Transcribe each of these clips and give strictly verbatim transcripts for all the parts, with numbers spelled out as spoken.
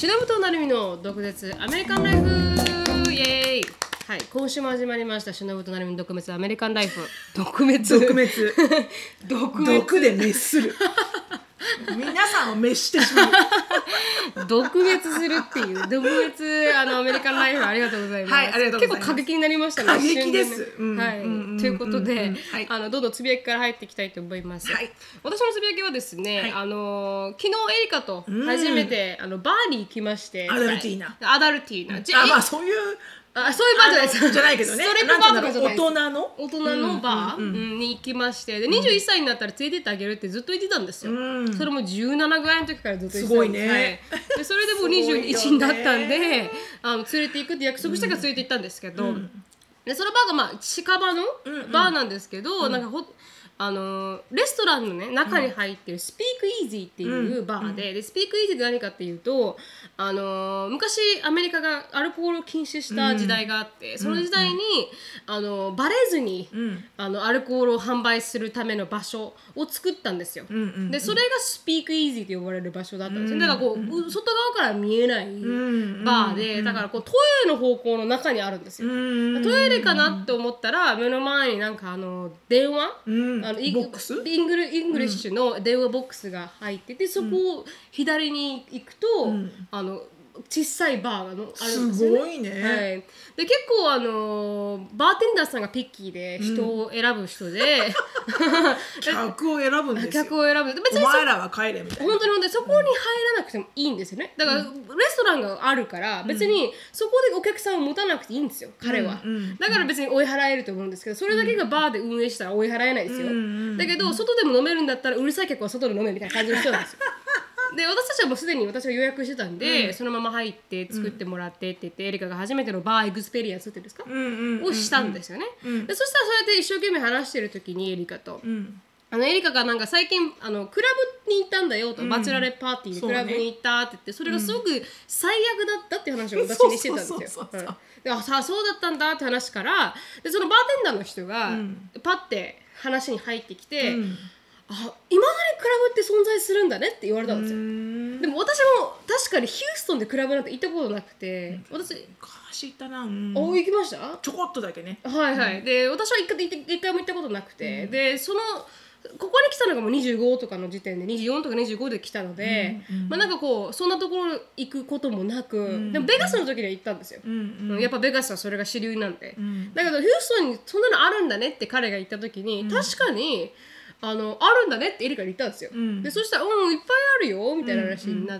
しのぶとなるみの毒舌アメリカンライフイエーイ。はい、今週も始まりましたしのぶとなるみの毒滅アメリカンライフ。毒滅毒滅毒滅毒で滅する皆さんを滅してしまう毒滅するっていう毒滅あのアメリカンライフありがとうございます。 はい、ありがとうございます。 結構過激になりましたね。 過激です、 ねうん、 はい、 うんうんうん、 ということで、 はい、 あのどんどんつぶやきから入っていきたいと思います、 はい、 私のつぶやきはですね、はい、あの昨日エリカと初めて、うん、あのバーに行きまして、 アダルティーナアダルティーナ、うん、 あ、まあそういうあ、そういうバーじゃないですじゃないけどね、 ストリップバーとかじゃないです。 大人の大人のバーに行きまして、でにじゅういっさいになったら連れてってあげるってずっと言ってたんですよ、うん、それもじゅうななぐらいの時からずっと言ってたんです。すごいね、はい、でそれでもうにじゅういちになったんであの連れて行くって約束したから連れて行ったんですけど、うん、でそのバーがまあ近場のバーなんですけど、うん、なんかほあのレストランの、ね、中に入ってるスピークイージーっていうバーで、うん、でスピークイージーって何かっていうと、あの昔アメリカがアルコールを禁止した時代があって、うん、その時代に、うん、あのバレずに、うん、あのアルコールを販売するための場所を作ったんですよ、うんうんうん、でそれがスピークイージーと呼ばれる場所だったんですよ、うん、だからこう、うん、外側から見えないバーで、うん、だからこうトイレの方向の中にあるんですよ、うん、トイレかなって思ったら目の前になんかあの電話、うんあのボックスイングリ、イングリッシュの電話ボックスが入ってて、そこを左に行くと、うん、あの小さいバーがあるんですよね。 すごいね、 はい、で結構あのバーテンダーさんがピッキーで人を選ぶ人で、うん、 客を選ぶんですよ。 客を選ぶ。別にお前らは帰れみたいな。 本当に本当にそこに入らなくてもいいんですよね。だから、うん、レストランがあるから別にそこでお客さんを持たなくていいんですよ、彼は、うんうん、だから別に追い払えると思うんですけど、それだけがバーで運営したら追い払えないですよ、うんうん、だけど外でも飲めるんだったらうるさい客は外で飲めみたいな感じの人なんですよで私たちはもうすでに私は予約してたんで、うん、そのまま入って作ってもらってって言って、うん、エリカが初めてのバーエクスペリエンスっていうんですか、うんうんうん、をしたんですよね、うん、でそしたらそうやって一生懸命話してる時にエリカと、うん、あのエリカがなんか最近あのクラブに行ったんだよと、うん、バチェラレパーティーでクラブに行ったって言って、それがすごく最悪だったっていう話を私にしてたんですよ。であさあそうだったんだって話からでそのバーテンダーの人が、うん、パッて話に入ってきて、うんあ、今までクラブって存在するんだねって言われたんですよ。でも私も確かにヒューストンでクラブなんて行ったことなくて、私昔行ったな、うん、 お行きました？ ちょこっとだけね。はいはい、うん、で私は一回一回も行ったことなくて、うん、でそのここに来たのがもうにじゅうごとかの時点でにじゅうよんとかにじゅうごで来たので、うんうん、まあなんかこうそんなところ行くこともなく、うん、でもベガスの時には行ったんですよ、うんうん、やっぱベガスはそれが主流なんで、うん、だけどヒューストンにそんなのあるんだねって彼が言った時に、うん、確かにあのあるんだねってエリカに言ったんですよ、うん、でそしたらうんいっぱいあるよみたいな話になって、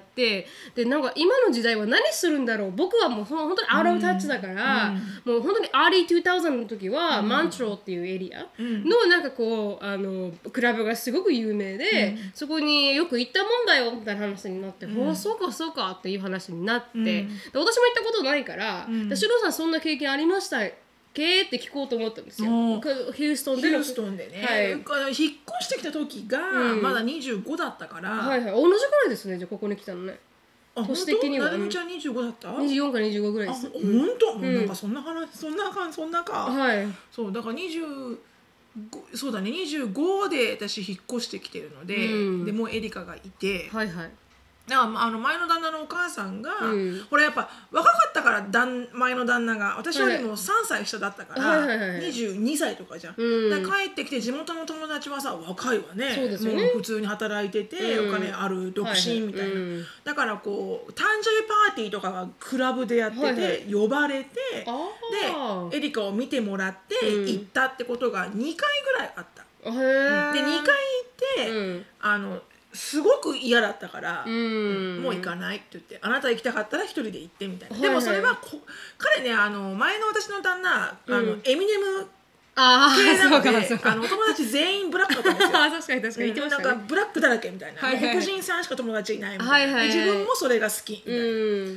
うんうん、でなんか今の時代は何するんだろう、僕はもうその本当にアウトオブタッチだから、うん、もう本当にアーリーにせんの時は、うん、マントローっていうエリアのなんかこうあのクラブがすごく有名で、うん、そこによく行ったもんだよみたいな話になって、うん、そうかそうかっていう話になって、うん、で私も行ったことないから、うん、でシロさんそんな経験ありましたけって聞こうと思ったんですよ。ヒューストンでヒューストンでね、はい、引っ越してきた時がまだにじゅうごだったから、うん、 はいはい、同じくらいですね。じゃあここに来たのね。 年的にはなるみちゃんにじゅうごだった？ にじゅうよんかにじゅうごぐらいです。 あ、ほんと？うん、なんかそんな話、そんなかそんなか。はい。そうだからにじゅうご、そうだね、にじゅうごで私引っ越してきてるので、うん、でもうエリカがいて、はいはい。あの前の旦那のお母さんが、うん、これやっぱ若かったから旦前の旦那が私よりもさんさい下だったから、はいはいはい、にじゅうにさいとかじゃん、うん、だから帰ってきて地元の友達はさ若いわね、そうですよね、もう普通に働いてて、うん、お金ある独身みたいな、はいはい、うん、だからこう誕生日パーティーとかがクラブでやってて、はいはい、呼ばれてでエリカを見てもらって行ったってことがにかいぐらいあった、うん、でにかい行って、うん、あのすごく嫌だったから、うん、もう行かないって言って、あなた行きたかったら一人で行ってみたいな、はいはい、でもそれはこ彼ね、あの前の私の旦那、うん、あのエミネム系なので、あのお友達全員ブラックだったんですよ確かに確かに言ってましたね、なんかブラックだらけみたいな、はいはい、黒人さんしか友達いないみたいな、はいはいはい、自分もそれが好きみたいな、うん、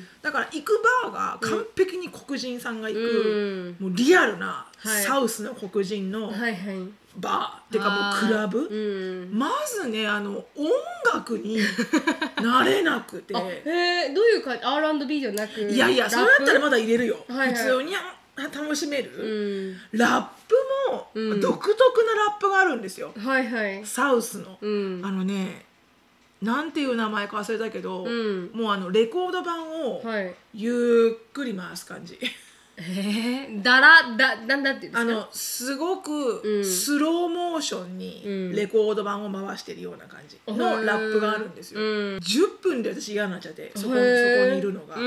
だから行くバーが完璧に黒人さんが行く、うん、もうリアルな、はい、サウスの黒人の、はいはい、バーっていうかもうクラブ、うん、まずねあの音楽に慣れなくてへー、どういう感じ？ アールアンドビー じゃなく、 いやいやそれだったらまだ入れるよ、はいはい、普通に楽しめる、うん、ラップも独特なラップがあるんですよ、うん、はいはい、サウスの、うん、あのねなんていう名前か忘れたけど、うん、もうあのレコード盤をゆっくり回す感じ、はい、 えー、だらだなんだっていうんですか、 あのすごくスローモーションにレコード盤を回してるような感じのラップがあるんですよ、うん、じゅっぷんで私嫌になっちゃって、そこに、そこにいるのが、うん、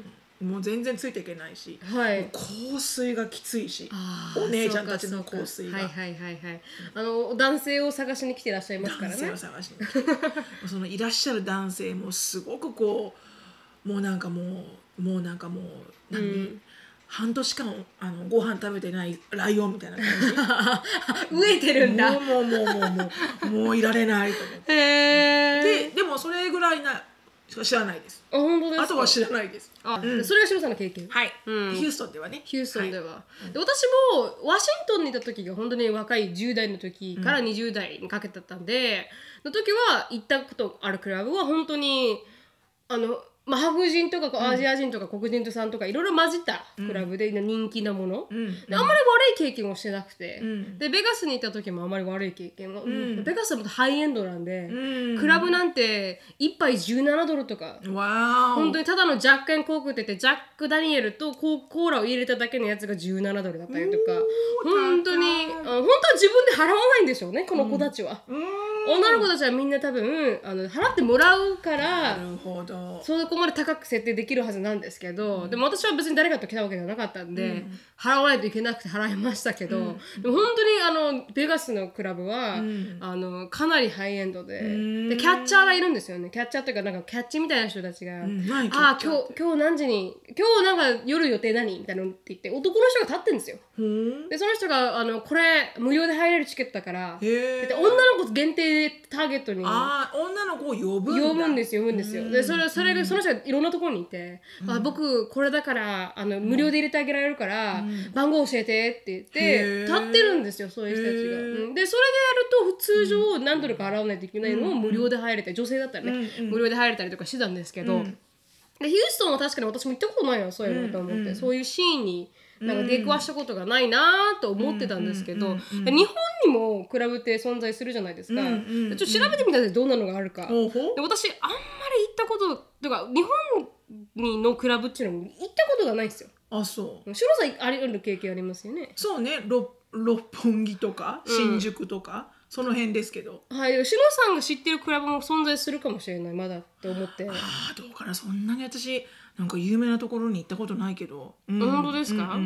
もう全然ついていけないし、はい、香水がきついし、お姉ちゃんたちの香水が、 はいはいはいはい、あの男性を探しに来てらっしゃいますからね。 男性を探しに来てそのいらっしゃる男性もすごくこうもうなんかもうもうなんかもう何、うん、半年間あのご飯食べてないライオンみたいな感じ飢えてるんだ。 もうもうもうもうもうもういられないと思って、へででもそれぐらいな知らないです。 あ、本当ですか。 あとは知らないです。 あ、うん、それがシロさんの経験。 はい、うん、ヒューストンではね。 ヒューストンでは、はい、で私もワシントンにいた時が本当に若いじゅう代の時からにじゅう代にかけてたんで、うん、の時は行ったことあるクラブは本当にあのまあ、白人とかアジア人とか黒人さんとかいろいろ混じったクラブで人気なもの、うん、であんまり悪い経験をしてなくて、うん、でベガスに行った時もあんまり悪い経験を、うん、ベガスはもっとハイエンドなんで、うん、クラブなんていっぱいじゅうななドルとか、本当にただのジャック&コークって言ってジャック・ダニエルとコーラを入れただけのやつがじゅうななドルだったりとか、本当に本当は自分で払わないんでしょうね、この子たちは、うん、女の子たちはみんな多分あの払ってもらうから、 なるほど、 そこまで高く設定できるはずなんですけど、うん、でも私は別に誰かと来たわけではなかったんで、うん、払わないといけなくて払いましたけど、うん、でも本当にあのベガスのクラブは、うん、あのかなりハイエンド で,、うん、でキャッチャーがいるんですよね。キャッチャーというかなんかキャッチみたいな人たちが、うん、あ今日今日何時に今日なんか夜予定何みたいなのって言って男の人が立ってるんですよ。でその人があのこれ無料で入れるチケットだからで女の子限定ターゲットにあ女の子を呼ぶんだ呼ぶんですよ呼ぶんですよ。でそれそれがその人がいろんなところにいて、うん、あ僕これだからあの無料で入れてあげられるから、うん、番号教えてって言って立ってるんですよ、そういう人たちが、うん、でそれでやると通常何ドルか払わないといけないのを無料で入れて、女性だったらね、うん、無料で入れたりとかしてたんですけど、うん、でヒューストンは確かに私も行ったことないよそういうのと思って、うんうん、そういうシーンになんか出くわしたことがないなと思ってたんですけど、日本にもクラブって存在するじゃないですか、うんうんうん、ちょっと調べてみたらどんなのがあるか、うん、で私あんまり行ったこととか日本にのクラブっていうのも行ったことがないんですよ。 あ、そうシロさんある経験ありますよね。 そうね、六本木とか新宿とか、うん、その辺ですけど、 はい、シロさんが知ってるクラブも存在するかもしれないまだって思って、 ああどうかな、そんなに私なんか有名なところに行ったことないけど、 うん、本当ですか、うんうんうんうん、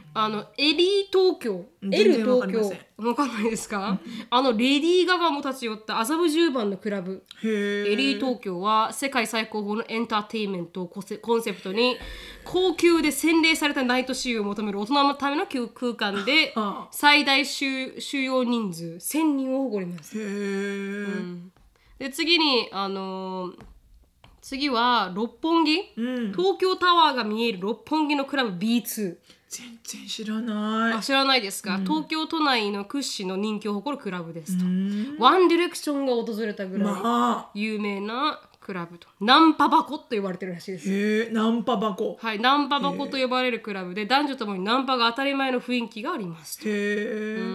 あのエリー東京 L 東京わかんないですか、うん、あのレディー・ガガも立ち寄った麻布十番のクラブエリー東京は世界最高峰のエンターテインメントをコンセプトに高級で洗練されたナイトシーンを求める大人のための空間で最大収容人数せんにんを誇ります。へー、うん、で次にあのー次は六本木、うん、東京タワーが見える六本木のクラブ ビーツー。 全然知らない。 あ、知らないですか、うん、東京都内の屈指の人気を誇るクラブですと、うん、ワンディレクションが訪れたぐらい有名なクラブと、ナンパ箱と呼ばれてるらしいです。 へー、ナンパ箱、 はい、ナンパ箱と呼ばれるクラブで男女ともにナンパが当たり前の雰囲気がありますと。 へー、うん、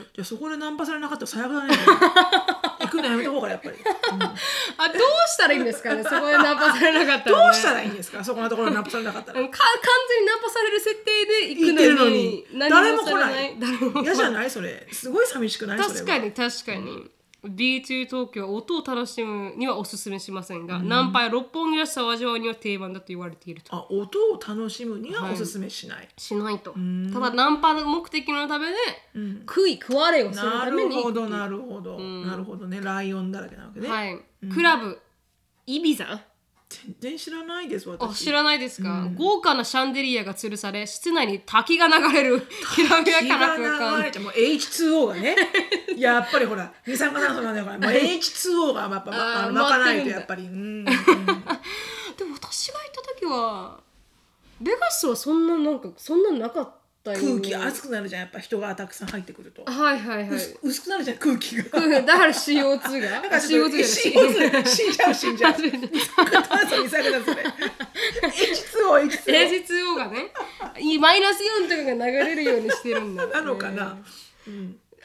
じゃあそこでナンパされなかったら最悪だね行くのやめた方がやっぱり、うん、 あ、どうしたらいいんですかねそこでナンパされなかったら、ね、 どうしたらいいんですかそこのところでナンパされなかったらか完全にナンパされる設定で行くのに誰も来ない嫌じゃないそれすごい寂しくない？ 確かに確かに、うん、ビーツー 東京は音を楽しむにはおすすめしませんが、うん、ナンパや六本木らしさを味わうには定番だと言われていると。 あ、音を楽しむにはおすすめしない、はい、 しないと。ただナンパの目的のためで、うん、食い食われをするために。 なるほどなるほど、うん、なるほどね、ライオンだらけなわけね、 はい、うん、クラブイビザ全然知らないです私。 あ、知らないですか、うん、豪華なシャンデリアが吊るされ室内に滝が流れるきらびやかな空間。 滝が流れてもう エイチツーオー がねやっぱりほら二酸化炭素なんだから、もう エイチツーオー がやっぱ、ま、あの巻かないとやっぱり、うんうん、でも私が行った時はベガスはそんななんかそんななかった。 空気熱くなるじゃん、やっぱ人がたくさん入ってくると。 はいはいはい。 薄くなるじゃん空気が。 だから シーオーツー が。 だから シーオーツー がシーオーツー 死んじゃう死んじゃう。二酸化炭素二酸化炭素で。エイチツーオー エイチツーオーエイチツーオー がね、マイナスイオンとかが流れるようにしてるんだ、ね。 なのかな。うん。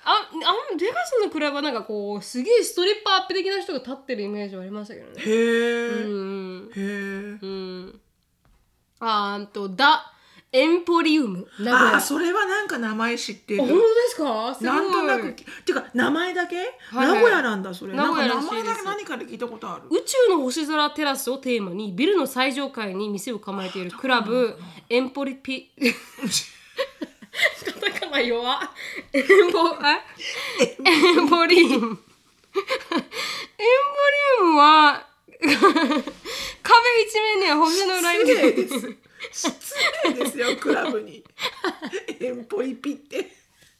ああベガスのクラブはなんかこうすげえストリッパーアップ的な人が立ってるイメージはありましたけどね。 へえ、 うん、 へえ、 うん、あーとダエンポリウム。 ああ、それはなんか名前知ってる。 本当ですか？すごい。 なんとなくっていうか名前だけ、はいはい、名古屋なんだそれ。名古屋らしいです。なんか名前だけ何かで聞いたことある。 宇宙の星空テラスをテーマにビルの最上階に店を構えているクラブエンポリピカタカナ弱エンポあエンポリウムエンポリウムは壁一面には星のライン失礼です失礼ですよクラブにエンポリピって一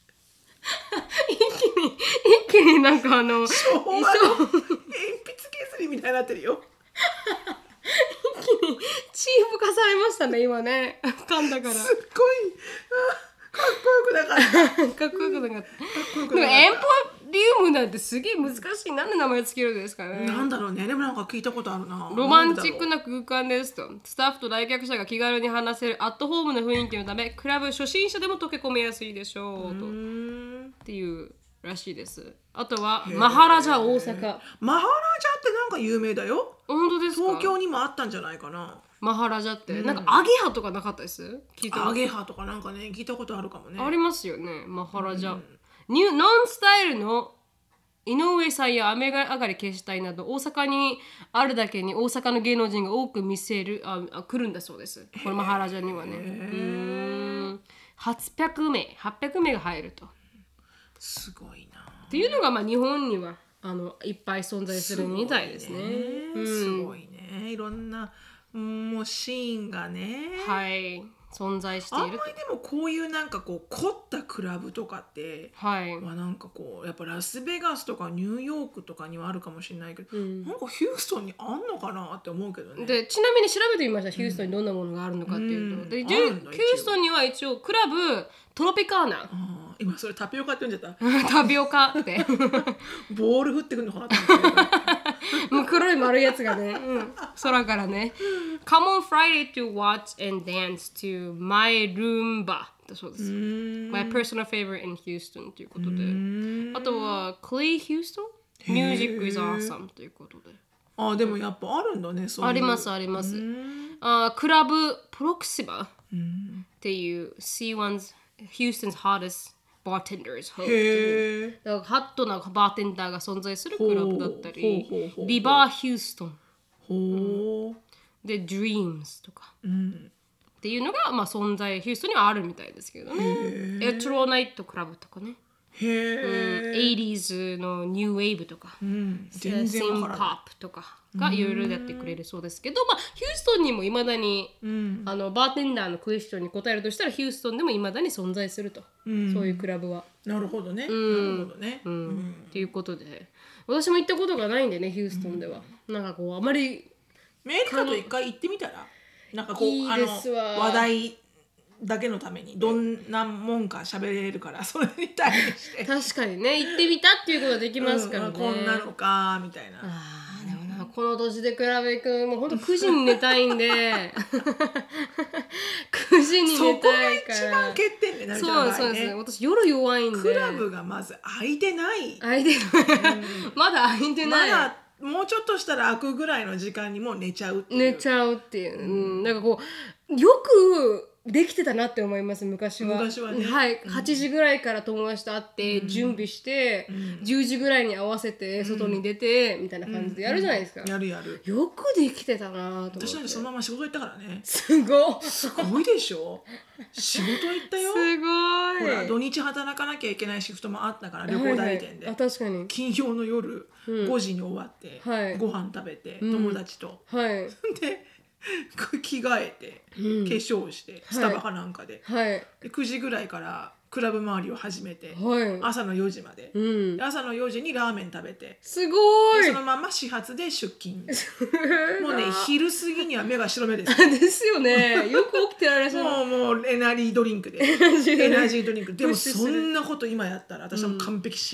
気に一気になんかあの昭和の鉛筆削りみたいになってるよ一気にチープ化されましたね今ね噛んだからすっごいかっこよくなかったかっこよくなかったでもエンポリウムなんてすげえ難しい。なんで名前つけるんですかね。 なんだろうね。でもなんか聞いたことあるな。 ロマンチックな空間ですと。スタッフと来客者が気軽に話せるアットホームな雰囲気のためクラブ初心者でも溶け込みやすいでしょうとっていうらしいです。あとはマハラジャ大阪。 マハラジャってなんか有名だよ。 本当ですか？ 東京にもあったんじゃないかな。 マハラジャって、うん、なんかアゲハとかなかったです？ 聞いたアゲハとかなんかね聞いたことあるかもね。 ありますよねマハラジャ、うん、ニュノンスタイルの井上さんや雨上がり決死隊など大阪にあるだけに大阪の芸能人が多く見せるああ来るんだそうです。このマハラジャにはねうーんはっぴゃくめいはっぴゃくめいが入るとすごいなっていうのがまあ日本にはあのいっぱい存在するみたいですね。 すごいね、うん、いろんなもうシーンがねはい存在している。 あんまりでもこういうなんかこう凝ったクラブとかって、 はい、 まあなんかこうやっぱラスベガスとかニューヨークとかにはあるかもしれないけど、うん、なんかヒューストンにあんのかなって思うけどね。 でちなみに調べてみました、うん、ヒューストンにどんなものがあるのかっていうと、うん、でヒューストンには一応クラブトロピカーナ、 あ今それタピオカって呼んじゃったタピオカってボール降ってくるのかなと思ってもう黒い丸いやつがね、うん、空からねCome on Friday to watch and dance to My Roomba だそうです。My personal favorite in Houston ということで、あとは Clay Houston Music is awesome ということで、 あでもやっぱあるんだね。そういうありますあります。あクラブプロクシマっていう シーワン Houston's hottest bartenders へだからハットなバーテンダーが存在するクラブだったり、ビバーヒューストンほうで Dreams とか、うん、っていうのがまあ存在ヒューストンにはあるみたいですけどね。エトロナイトクラブとかね、へー、うん、エイティーズ のニューウェーブとか、うん、全然わからないポップとかがいろいろやってくれるそうですけど、まあ、ヒューストンにもいまだに、うん、あのバーテンダーのクエスチョンに答えるとしたらヒューストンでもいまだに存在すると、うん、そういうクラブは。 なるほどね、うん、なるほどね、 うんうん、っていうことで私も行ったことがないんでねヒューストンでは、うん、なんかこうあまりメリカと一回行ってみたらなんかこういいですわあの話題だけのためにどんなもんか喋れるからそれに対して確かにね行ってみたっていうことができますからね、うん、 こんなのかみたいな。 あでもなこの年でクラブ行くもうほんとくじに寝たいんでくじに寝たいからそこが一番欠点でなるじゃないね。 そうそうですね。私夜弱いんでクラブがまず開いてない開いてない、うん、まだ開いてないまだもうちょっとしたら開くぐらいの時間にもう寝ちゃうっていう寝ちゃうっていう、うん、なんかこうよくできてたなって思います昔は。 昔はね、 はい、うん、はちじぐらいから友達と会って準備して、うん、じゅうじぐらいに合わせて外に出て、うん、みたいな感じでやるじゃないですか、うん、 やるやるよくできてたなと思って。 私なんてそのまま仕事行ったからね。 すごいすごいでしょ仕事行ったよ。 すごい。 ほら土日働かなきゃいけないシフトもあったから旅行代理店で、 はいはい、あ確かに金曜の夜、うん、ごじに終わって、はい、ご飯食べて、うん、友達と、はい、で着替えて、うん、化粧して、スタバかなんかで、はい、でくじぐらいからクラブ周りを始めて、はい、朝のよじまで、うん、で朝のよじにラーメン食べてすごいそのまま始発で出勤もうね昼過ぎには目が白目ですですよね。よく起きてられそうもうもうエナジードリンクでエナジードリンクでもそんなこと今やったら私はもう完璧死ぬ、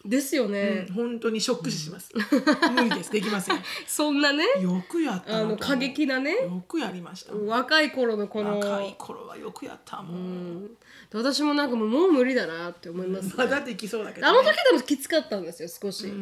ですよね、 うん、本当にショック死します、うん、無理です、できません。 そんなね、 よくやったな、あの過激なね、 よくやりました。 若い頃のこの若い頃はよくやったもん、うん、 私もなんかもうもう無理だなって思います、ね、 まだできそうだけど、ね、 あの時でもきつかったんですよ少し、うん、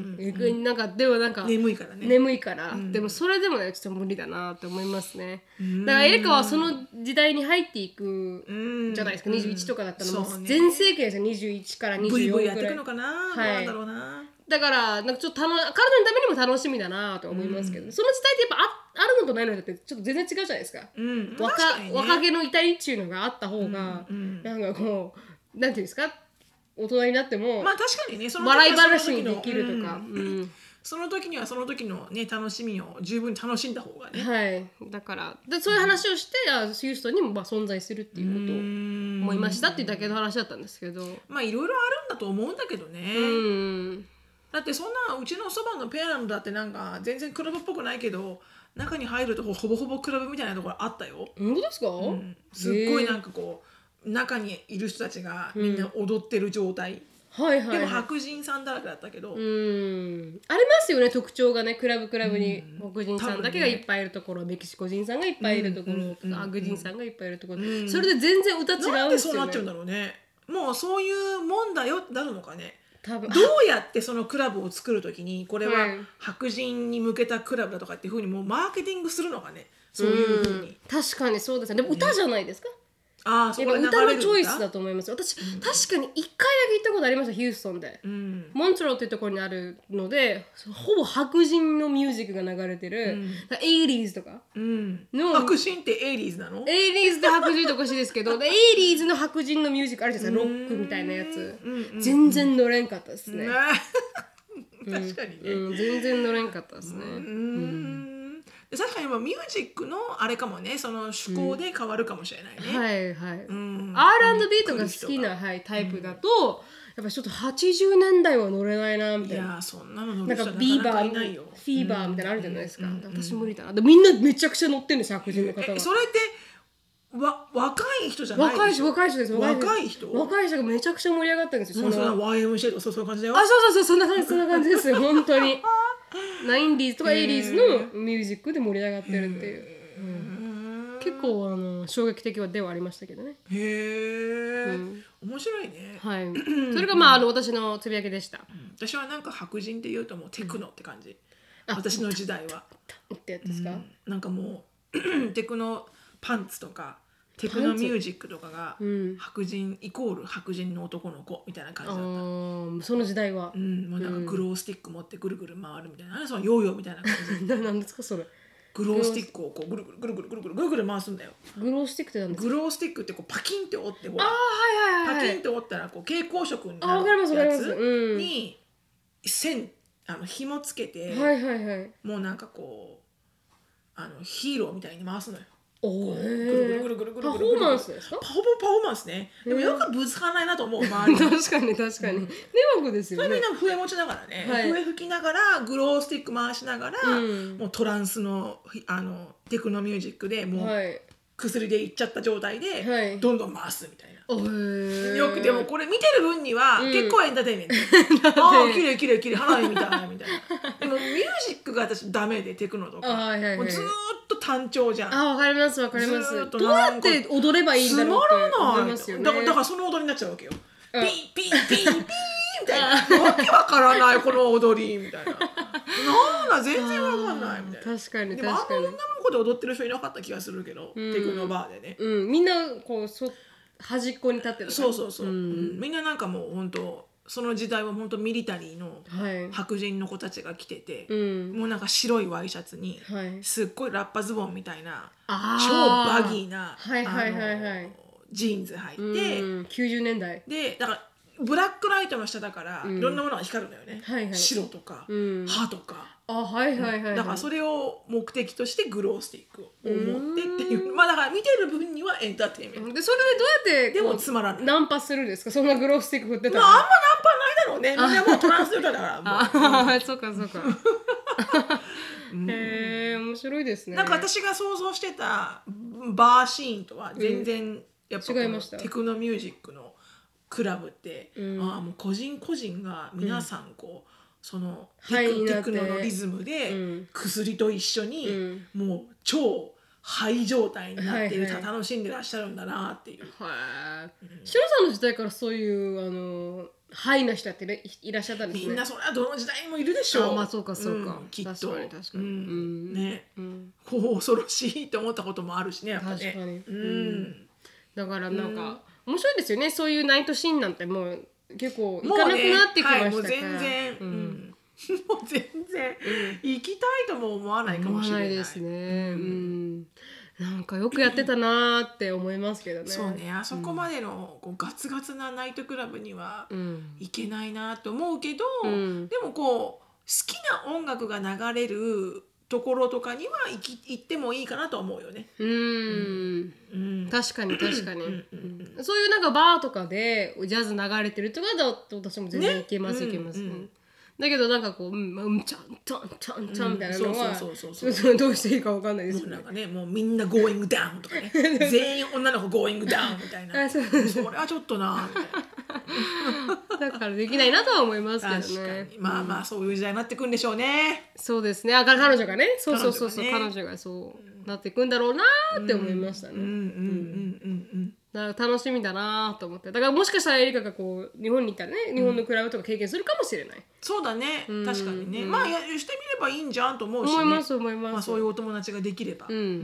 なんかでもなんか眠いからね、 眠いから、うん、でもそれでもねちょっと無理だなって思いますね。だからエリカはその時代に入っていくじゃないですか、にじゅういちとかだったのも全盛期ですよ、にじゅういちからにじゅうよんくらい。ブイブイ やっていくのかな、はい、どうなんだろうな。だからなんかちょっとたの体のためにも楽しみだなと思いますけど、うん、その時代ってやっぱ あ, あるのとないのってちょっと全然違うじゃないですか、うん、若, ね、若気の至りっていうのがあった方が、うんうん、なんかこうなんていうんですか、大人になっても、 まあ確かにね、その笑い話にできるとか、うんうん、 その時にはその時のね楽しみを十分楽しんだ方がね、 はい、だからでそういう話をして、うん、ヒューストンにもまあ存在するっていうことを思いましたっていうだけの話だったんですけど、 まあいろいろあるんだと思うんだけどね、うんだってそんなうちのそばのペアランドだってなんか全然クラブっぽくないけど中に入るとほぼほぼクラブみたいなところあったよ。 本当ですか、 うん、すっごいなんかこう中にいる人たちがみんな踊ってる状態、うんはいはいはい、でも白人さんだらけだったけど、 うんありますよね特徴がね、クラブクラブに黒人さんだけがいっぱいいるところ、ね、メキシコ人さんがいっぱいいるところ、うんうん、白人さんがいっぱいいるところ、うん、それで全然歌違うんですよね。 なんでそうなっちゃうんだろうね。もうそういうもんだよってなるのかね。多分どうやってそのクラブを作るときにこれは白人に向けたクラブだとかっていうふうにもうマーケティングするのかね、そういうふうに。 確かにそうですね。でも歌じゃないですか、ね、ああそこで流れる歌のチョイスだと思います。私、うん、確かにいっかいだけ行ったことありました、ヒューストンで、うん、モントローっていうところにあるのでほぼ白人のミュージックが流れてる、うん、エイリーズとかの、うん、白人ってエイリーズなの？ エイリーズって白人とかしいですけどでエイリーズの白人のミュージックあるじゃないですか、ロックみたいなやつ、うん、全然乗れんかったですね、 うん、確かにね、 うん、全然乗れんかったですね。うんうん確かにミュージックのあれかもね、その趣向で変わるかもしれないね、 うん、はいはい、うん、アールアンドビー とか好きな、はい、タイプだと、うん、やっぱちょっとはちじゅうねんだいは乗れないなみたいな。いやそんなの乗る人なかなかいないよ。フィーバーみたいなのあるじゃないですか、うんうん、私無理だな。でみんなめちゃくちゃ乗ってるんですよ、白人の方は。 えそれってわ若い人じゃないでしょ。若い人です。若い人若い人がめちゃくちゃ盛り上がったんですよ。 その ワイエムシー とかそういう感じだよ。 あそうそうそうそんな感じそんな感じですよ本当にナインティーズとかエイリーズのミュージックで盛り上がってるっていう、うん、結構あの衝撃的ではありましたけどね。 へえ、うん、面白いね。 はいそれがまあ、あの私のつぶやきでした、うん、 私はなんか白人っていうともうテクノって感じ、うん、私の時代はってやつですか、うん、 なんかもうテクノパンツとかテクノミュージックとかが白人イコール白人の男の子みたいな感じだった、 うん、その時代は、 うん、もうなんかグロースティック持ってぐるぐる回るみたいな、うん、そのヨーヨーみたいな感じ何ですかそれ。 グロースティックをこうぐるぐるぐるぐるぐるぐるぐるぐる回すんだよ。 グロースティックって何ですか。 グロースティックってこうパキンって折ってほら、 あ、はいはいはい、 パキンって折ったらこう蛍光色になるやつに線あの紐つけて、 はいはいはい、 もうなんかこうあのヒーローみたいに回すのよ。 おぐるぐるぐるぐるぐるパフォーマンスですか。 パフォーマンスね。でもよくぶつからないなと思う周りに確かに確かに、うん、迷惑ですよね。 それみんな笛持ちながらね、はい、笛吹きながらグロースティック回しながら、うん、もうトランスのあのテクノミュージックでもう、はい、薬でいっちゃった状態で、はい、どんどん回すみたいな。よくでもこれ見てる分には結構エンターテインメント、うん、ああキレイキレイキレイ花火みたいなみたいな。でもミュージックが私ダメでテクノとか、はいはいはい、もうずーっと単調じゃん。 あ、わかりますわかります。どうやって踊ればいいんだろうって思いますよね。 だからだからその踊りになっちゃうわけよ。ピーピーピーピーみたいな。わけわからないこの踊りみたいな。なんだ全然わかんないみたいな。 確かに確かに。 でもあんま女の子で踊ってる人いなかった気がするけど、うん、テクノバーでね。 うん、みんなこうそ端っこに立ってる。 そうそうそう、うんうん、みんななんかもう本当その時代は本当ミリタリーの白人の子たちが来てて、はい、もうなんか白いワイシャツに、はい、すっごいラッパズボンみたいな超バギーな、はいはいはいはい、ジーンズ履いて、 きゅうじゅうねんだいでだからブラックライトの下だから、うん、いろんなものが光るのよね、はいはい、白とか、うん、歯とか、 あ、はいはいはい、はい、 だからそれを目的としてグロースティックを持ってっていう、まあだから見てる分にはエンターテインメントで、それでどうやってでもつまらないナンパするんですか、そんなグロースティック振ってたら。 まああんまナンパないだろうね、みんなもうトランスジェンダーだからああ、そうかそうかへえ、面白いですね。 なんか私が想像してたバーシーンとは全然、うん、やっぱこのテクノミュージックのクラブって、うん、あもう個人個人が皆さんこう、うん、そのテク、テクノのリズムで、うん、薬と一緒に、うん、もう超ハイ状態になっている、はいはい、楽しんでらっしゃるんだなっていう。 はい。シロさんの時代からそういうあのハイな人やっていらっしゃったんですね。 みんなそれはどの時代にもいるでしょう。 あまあそうかそうか、 うん、きっと確かに確かに、 うんうんね、 うん、 こう恐ろしいと思ったこともあるしねやっぱね。 確かに、 うん、 だからなんか、うん、面白いですよねそういうナイトシーンなんてもう結構行かなくなってきましたから、もう、ねはい、もう全然、うん、もう全然、うん、行きたいとも思わないかもしれない。思わないですね、うんうんなんかよくやってたなーって思いますけどね。 そうね、あそこまでのこうガツガツなナイトクラブには行けないなと思うけど、うん、でもこう好きな音楽が流れるところとかには行き行ってもいいかなと思うよね。うん、 うん、確かに確かに、うんうん、そういうなんかバーとかでジャズ流れてるとかだと私も全然行けます、ね、行けます、うんうんだけどなんかこう、うん、うんちゃんちゃんちゃんちゃんみたいなのはどうしていいかわかんないですよね。 もうなんかね、もうみんな going down とかね全員女の子 going down みたいなそれはちょっとなみたいなだからできないなとは思いますけどね。 確かにまあまあそういう時代になってくんでしょうね。 そうですね。あ彼女がねそうそうそうそう彼女がそうなっていくんだろうなって思いましたね。うんうんうんうんうんだから楽しみだなと思って。だからもしかしたらエリカがこう日本に行ったらね、うん、日本のクラブとか経験するかもしれない。 そうだね、うん、確かにね、うん、まあやしてみればいいんじゃんと思うし、ね、 思います思います、 まあ、そういうお友達ができれば、 うんうん、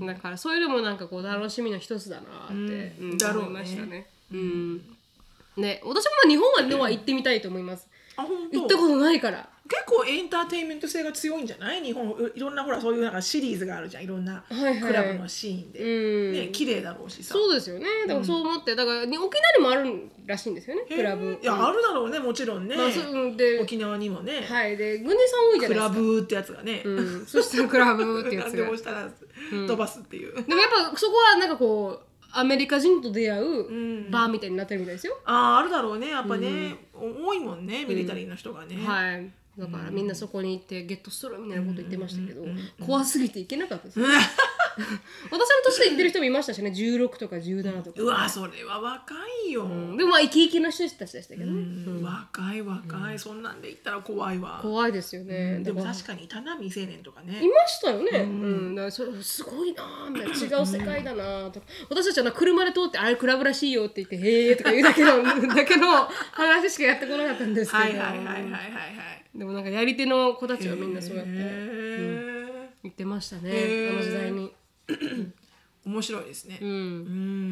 だからそういうのもなんかこう楽しみの一つだなって、うんうん、思いましたね。うん、ね私もまあ日本はのは行ってみたいと思います。あ本当行ったことないから。 結構エンターテインメント性が強いんじゃない日本いろんなほらそういうなんかシリーズがあるじゃんいろんなクラブのシーンで、はいはい、ね綺麗だろうしさ。 そうですよねだからそう思ってだから沖縄にもあるらしいんですよねクラブ。 いや、うん、あるだろうねもちろんね、まあ、そで沖縄にもねはいで軍人さん多いじゃないですかクラブってやつがね、 うん、そしたらクラブってやつが何でもしたら飛ばすっていう、うん、 でもやっぱそこはなんかこうアメリカ人と出会うバーみたいになってるみたいですよ、 うん、あああるだろうねやっぱね、うん、多いもんねミリタリーの人がね、 うん、はいだからみんなそこに行ってゲットするみたいなこと言ってましたけど、うんうんうんうん、怖すぎて行けなかったです、ね、私の年で行ってる人もいましたしねじゅうろくとかじゅうななとか、ね、 うわそれは若いよ、うん、でもまあイケイケの人たちでしたけどね、 うんうん、若い若い、うん、そんなんで行ったら怖いわ怖いですよね、 うん、でも確かにいたな未成年とかねいましたよね、うんうん、だからそれすごいなみたいな違う世界だなとか、うん、私たちは車で通ってあれクラブらしいよって言ってへーとか言うだけのだけの話しかやってこなかったんですけどはいはいはいはいはいはいでもなんかやり手の子たちはみんなそうやって、うん、言ってましたねあの時代に面白いですね、うんうん、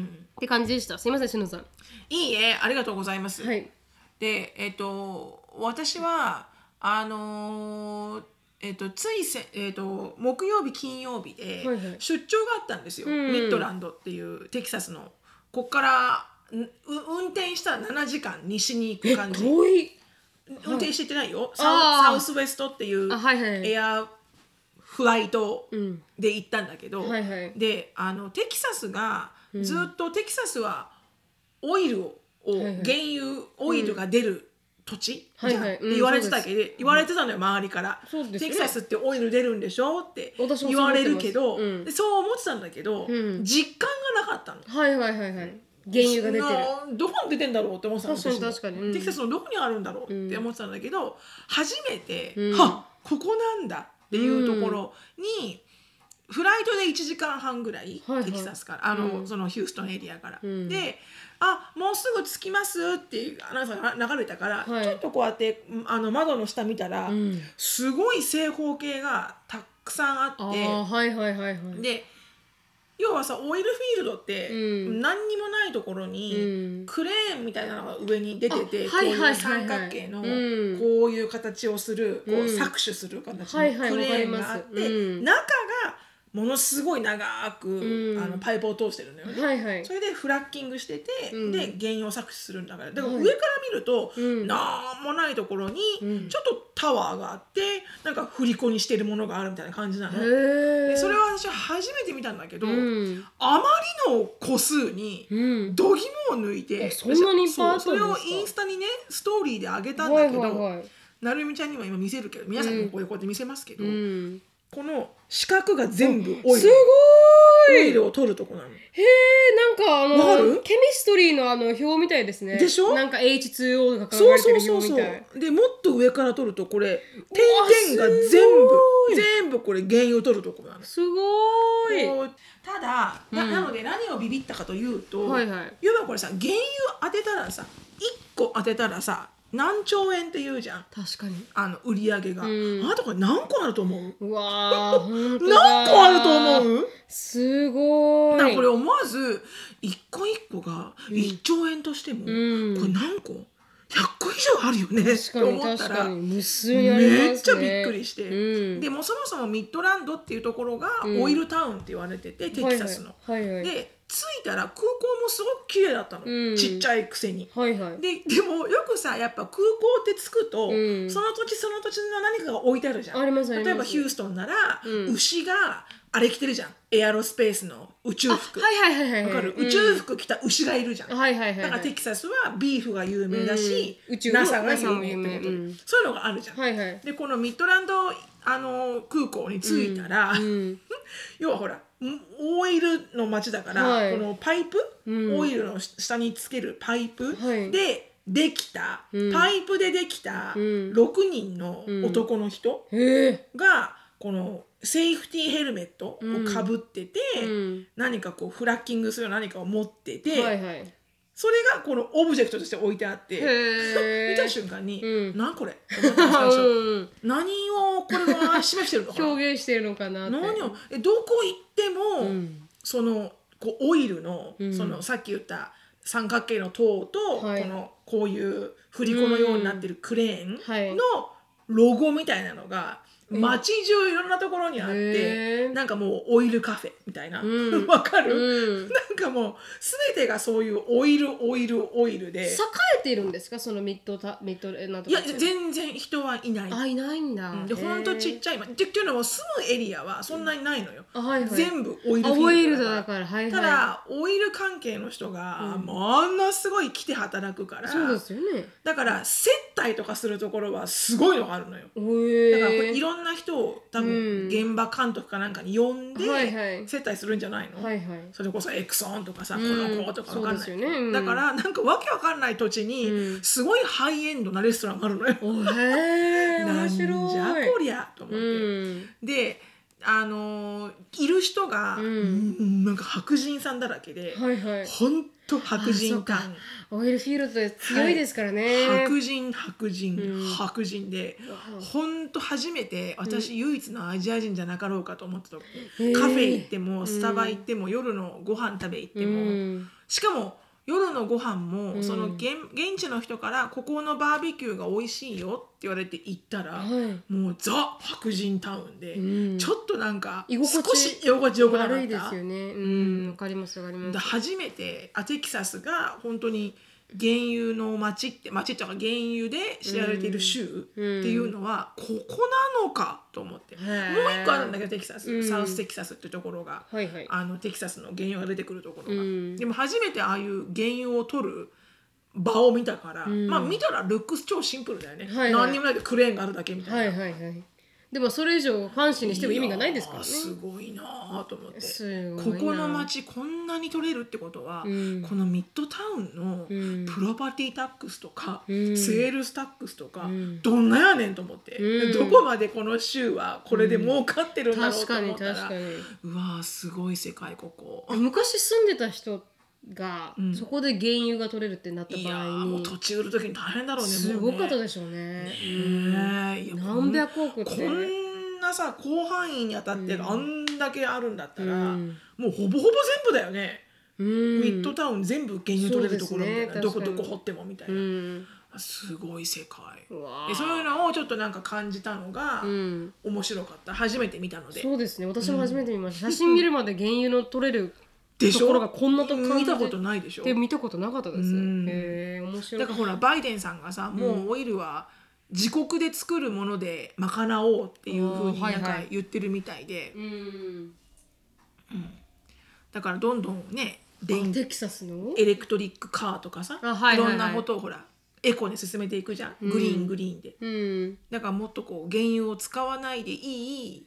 って感じでした。すいませんしのさんいいえありがとうございます、 はい、 でえっ、ー、と私はあのーえー、とついせ、えー、と木曜日金曜日で出張があったんですよ、はいはい、ミッドランドっていうテキサスのこっから運転したらななじかん西に行く感じ。 え遠い運転してってないよ、はい、サウ、サウスウェストっていうエアフライトで行ったんだけど、うんはいはい、であのテキサスがずっと、うん、テキサスはオイルを、はいはい、原油オイルが出る土地、うん、じゃん、はいはい、って言われてたけど、うん、言われてたのよ周りから、うん、テキサスってオイル出るんでしょって言われるけど、うん、でそう思ってたんだけど、うん、実感がなかったの。 はいはいはいはい原油が出てるどこに出てんだろうって思ってたの。 確かに確かに、うん、 テキサスのどこにあるんだろうって思ってたんだけど、うん、初めて、うん、はっここなんだっていうところに、うん、フライトでいちじかんはんぐらい、はいはい、テキサスからあの、うん、そのヒューストンエリアから、うん、であもうすぐ着きますっていうアナウンサーが流れたから、はい、ちょっとこうやってあの窓の下見たら、うん、すごい正方形がたくさんあってあ、 はいはいはいはい、 で要はさオイルフィールドって何にもないところにクレーンみたいなのが上に出てて、こういう三角形のこういう形をするこう搾取する形のクレーンがあって中がものすごい長く、うん、あのパイプを通してるんだよね、はいはい、それでフラッキングしてて、うん、で原油を搾取するんだからだから上から見ると、はい、なんもないところにちょっとタワーがあってなんか振り子にしてるものがあるみたいな感じなの。でそれは私は初めて見たんだけど、うん、あまりの個数に度肝を抜いて、うん、そんなにいっぱいあったんですか。それをインスタにねストーリーで上げたんだけど、はいはいはい、なるみちゃんには今見せるけど皆さんにもこうやって見せますけど、うんこの四角が全部オイル。 すごオイルを取るとこなの。へえ、なんかあのケミストリーのあの表みたいですね。でしょ。なんか エイチツーオー が書かれてる表みたい。そうそうそうそう。でもっと上から取るとこれ点々が全部全部これ原油を取るとこなの。 すごい。 ただ、うん、な, なので何をビビったかというと、はいはい、要はこれさ原油当てたらさいっこ当てたらさ何兆円って言うじゃん。 確かに。 あの売り上げが、うん、あなたこれ何個あると思う？ うわー何個あると思う？ すごい。 だからこれ思わず一個一個がいっちょうえんとしても、うん、これ何個ひゃっこ以上あるよねって思ったら無数にありますね。めっちゃびっくりして、うん、でもそもそもミッドランドっていうところがオイルタウンって言われてて、うん、テキサスの、はいはいはいはい、で着いたら空港もすごく綺麗だったの、うん、ちっちゃいくせに、はいはい、で, でもよくさやっぱ空港って着くと、うん、その土地その土地の何かが置いてあるじゃん。ありますあります。例えばヒューストンなら、うん、牛があれ着てるじゃん。エアロスペースの宇宙服。はいはいはいはい。わかる、うん、宇宙服着た牛がいるじゃん。はいはいはい、はい。だからテキサスはビーフが有名だし、うん、宇宙 ナサ が有名ってことで、うん、そういうのがあるじゃん。はいはい、でこのミッドランドあの空港に着いたら、うん、要はほらオイルの街だから、はい、このパイプ、うん、オイルの下につけるパイプでできた、うん、パイプでできたろくにんの男の人がこのセーフティーヘルメットをかぶってて、うん、何かこうフラッキングする何かを持ってて、はいはい、それがこのオブジェクトとして置いてあって見た瞬間に「うん、何これ?」最初、うん、何をこれは示してるのかな表現してるのかなって。 何をえどこ行っても、うん、そのこうオイルの、うん、そのさっき言った三角形の塔と、はい、このこういう振り子のようになってるクレーンのロゴみたいなのが街中いろんなところにあって、なんかもうオイルカフェみたいな、わ、うん、かる、うん、なんかもう全てがそういうオイルオイルオイルで栄えているんですか、そのミッドタミッドなんとか。いや全然人はいない。 あ、いないんだ。 うん、でほんとちっちゃいっていうのも住むエリアはそんなにないのよ、うん、はいはい、全部オイルフィールドだから。はいはい、ただオイル関係の人が、うん、ものすごい来て働くから。 そうですよね。 だから接待とかするところはすごいのがあるのよ。だからこれいろんな人を多分現場監督かなんかに呼んで接待するんじゃないの、はいはい、それこそエクソンとかさ、うん、この子とか分かんない、ね、うん、だからなんかわけわかんない土地にすごいハイエンドなレストランがあるのよ、うん、へー面白い。なんじゃこりゃと思って、うん、であのー、いる人が、うん、なんか白人さんだらけで、はいはい、ほんと白人感。 オイルフィールドで強いですからね、 はい、白人白人、うん、白人で、ほんと初めて私、うん、唯一のアジア人じゃなかろうかと思った時、うん、カフェ行ってもスタバ行っても、うん、夜のご飯食べ行っても、うん、しかも夜のご飯も、うん、その 現, 現地の人からここのバーベキューが美味しいよって言われて行ったら、はい、もうザ白人タウンで、うん、ちょっとなんか少し居心地よくなかった。悪いですよね。 うん、わかりますわかります。 初めてアテキサスが本当に原油の町って町とか原油で知られている州っていうのは、ここなのかと思って、うん、もう一個あるんだけどテキサス、うん、サウステキサスっていうところが、はいはい、あのテキサスの原油が出てくるところが、うん、でも初めてああいう原油を取る場を見たから、うん、まあ見たらルックス超シンプルだよね、はいはい、何にもないでクレーンがあるだけみたいな、はいはいはい、 でもそれ以上ファンシーにしても意味がないですからね。 すごいなと思って、ここの町こんなに取れるってことは、うん、このミッドタウンのプロパティタックスとか、うん、セールスタックスとか、うん、どんなやねんと思って、うん、どこまでこの州はこれで儲かってるんだろうと思ったら、うん、確かに確かに、うわーすごい世界ここ。 昔住んでた人が、うん、そこで原油が取れるってなった場合に、いやもう土地売る時に大変だろうね。 すごかったでしょうね。ねえ、うん、何百億ってこんなさ広範囲に当たってあんだけあるんだったら、うん、もうほぼほぼ全部だよね、うん、ミッドタウン全部原油取れるところみたいな、ね、どこどこ掘ってもみたいな、うん、すごい世界で、そういうのをちょっとなんか感じたのが、うん、面白かった。初めて見たので。 そうですね、私も初めて見ました、うん、写真見るまで原油の取れるところがこんなとこ見たことないでしょ。 で見たことなかったです。へー面白い。 だからほらバイデンさんがさ、もうオイルは自国で作るもので賄おうっていうふうになんか言ってるみたいで、うん、だからどんどんね電テキサスのエレクトリックカーとかさ、はいはいはい、いろんなことをほらエコに進めていくじゃん、グリーングリーンで、うん、だからもっとこう原油を使わないでいい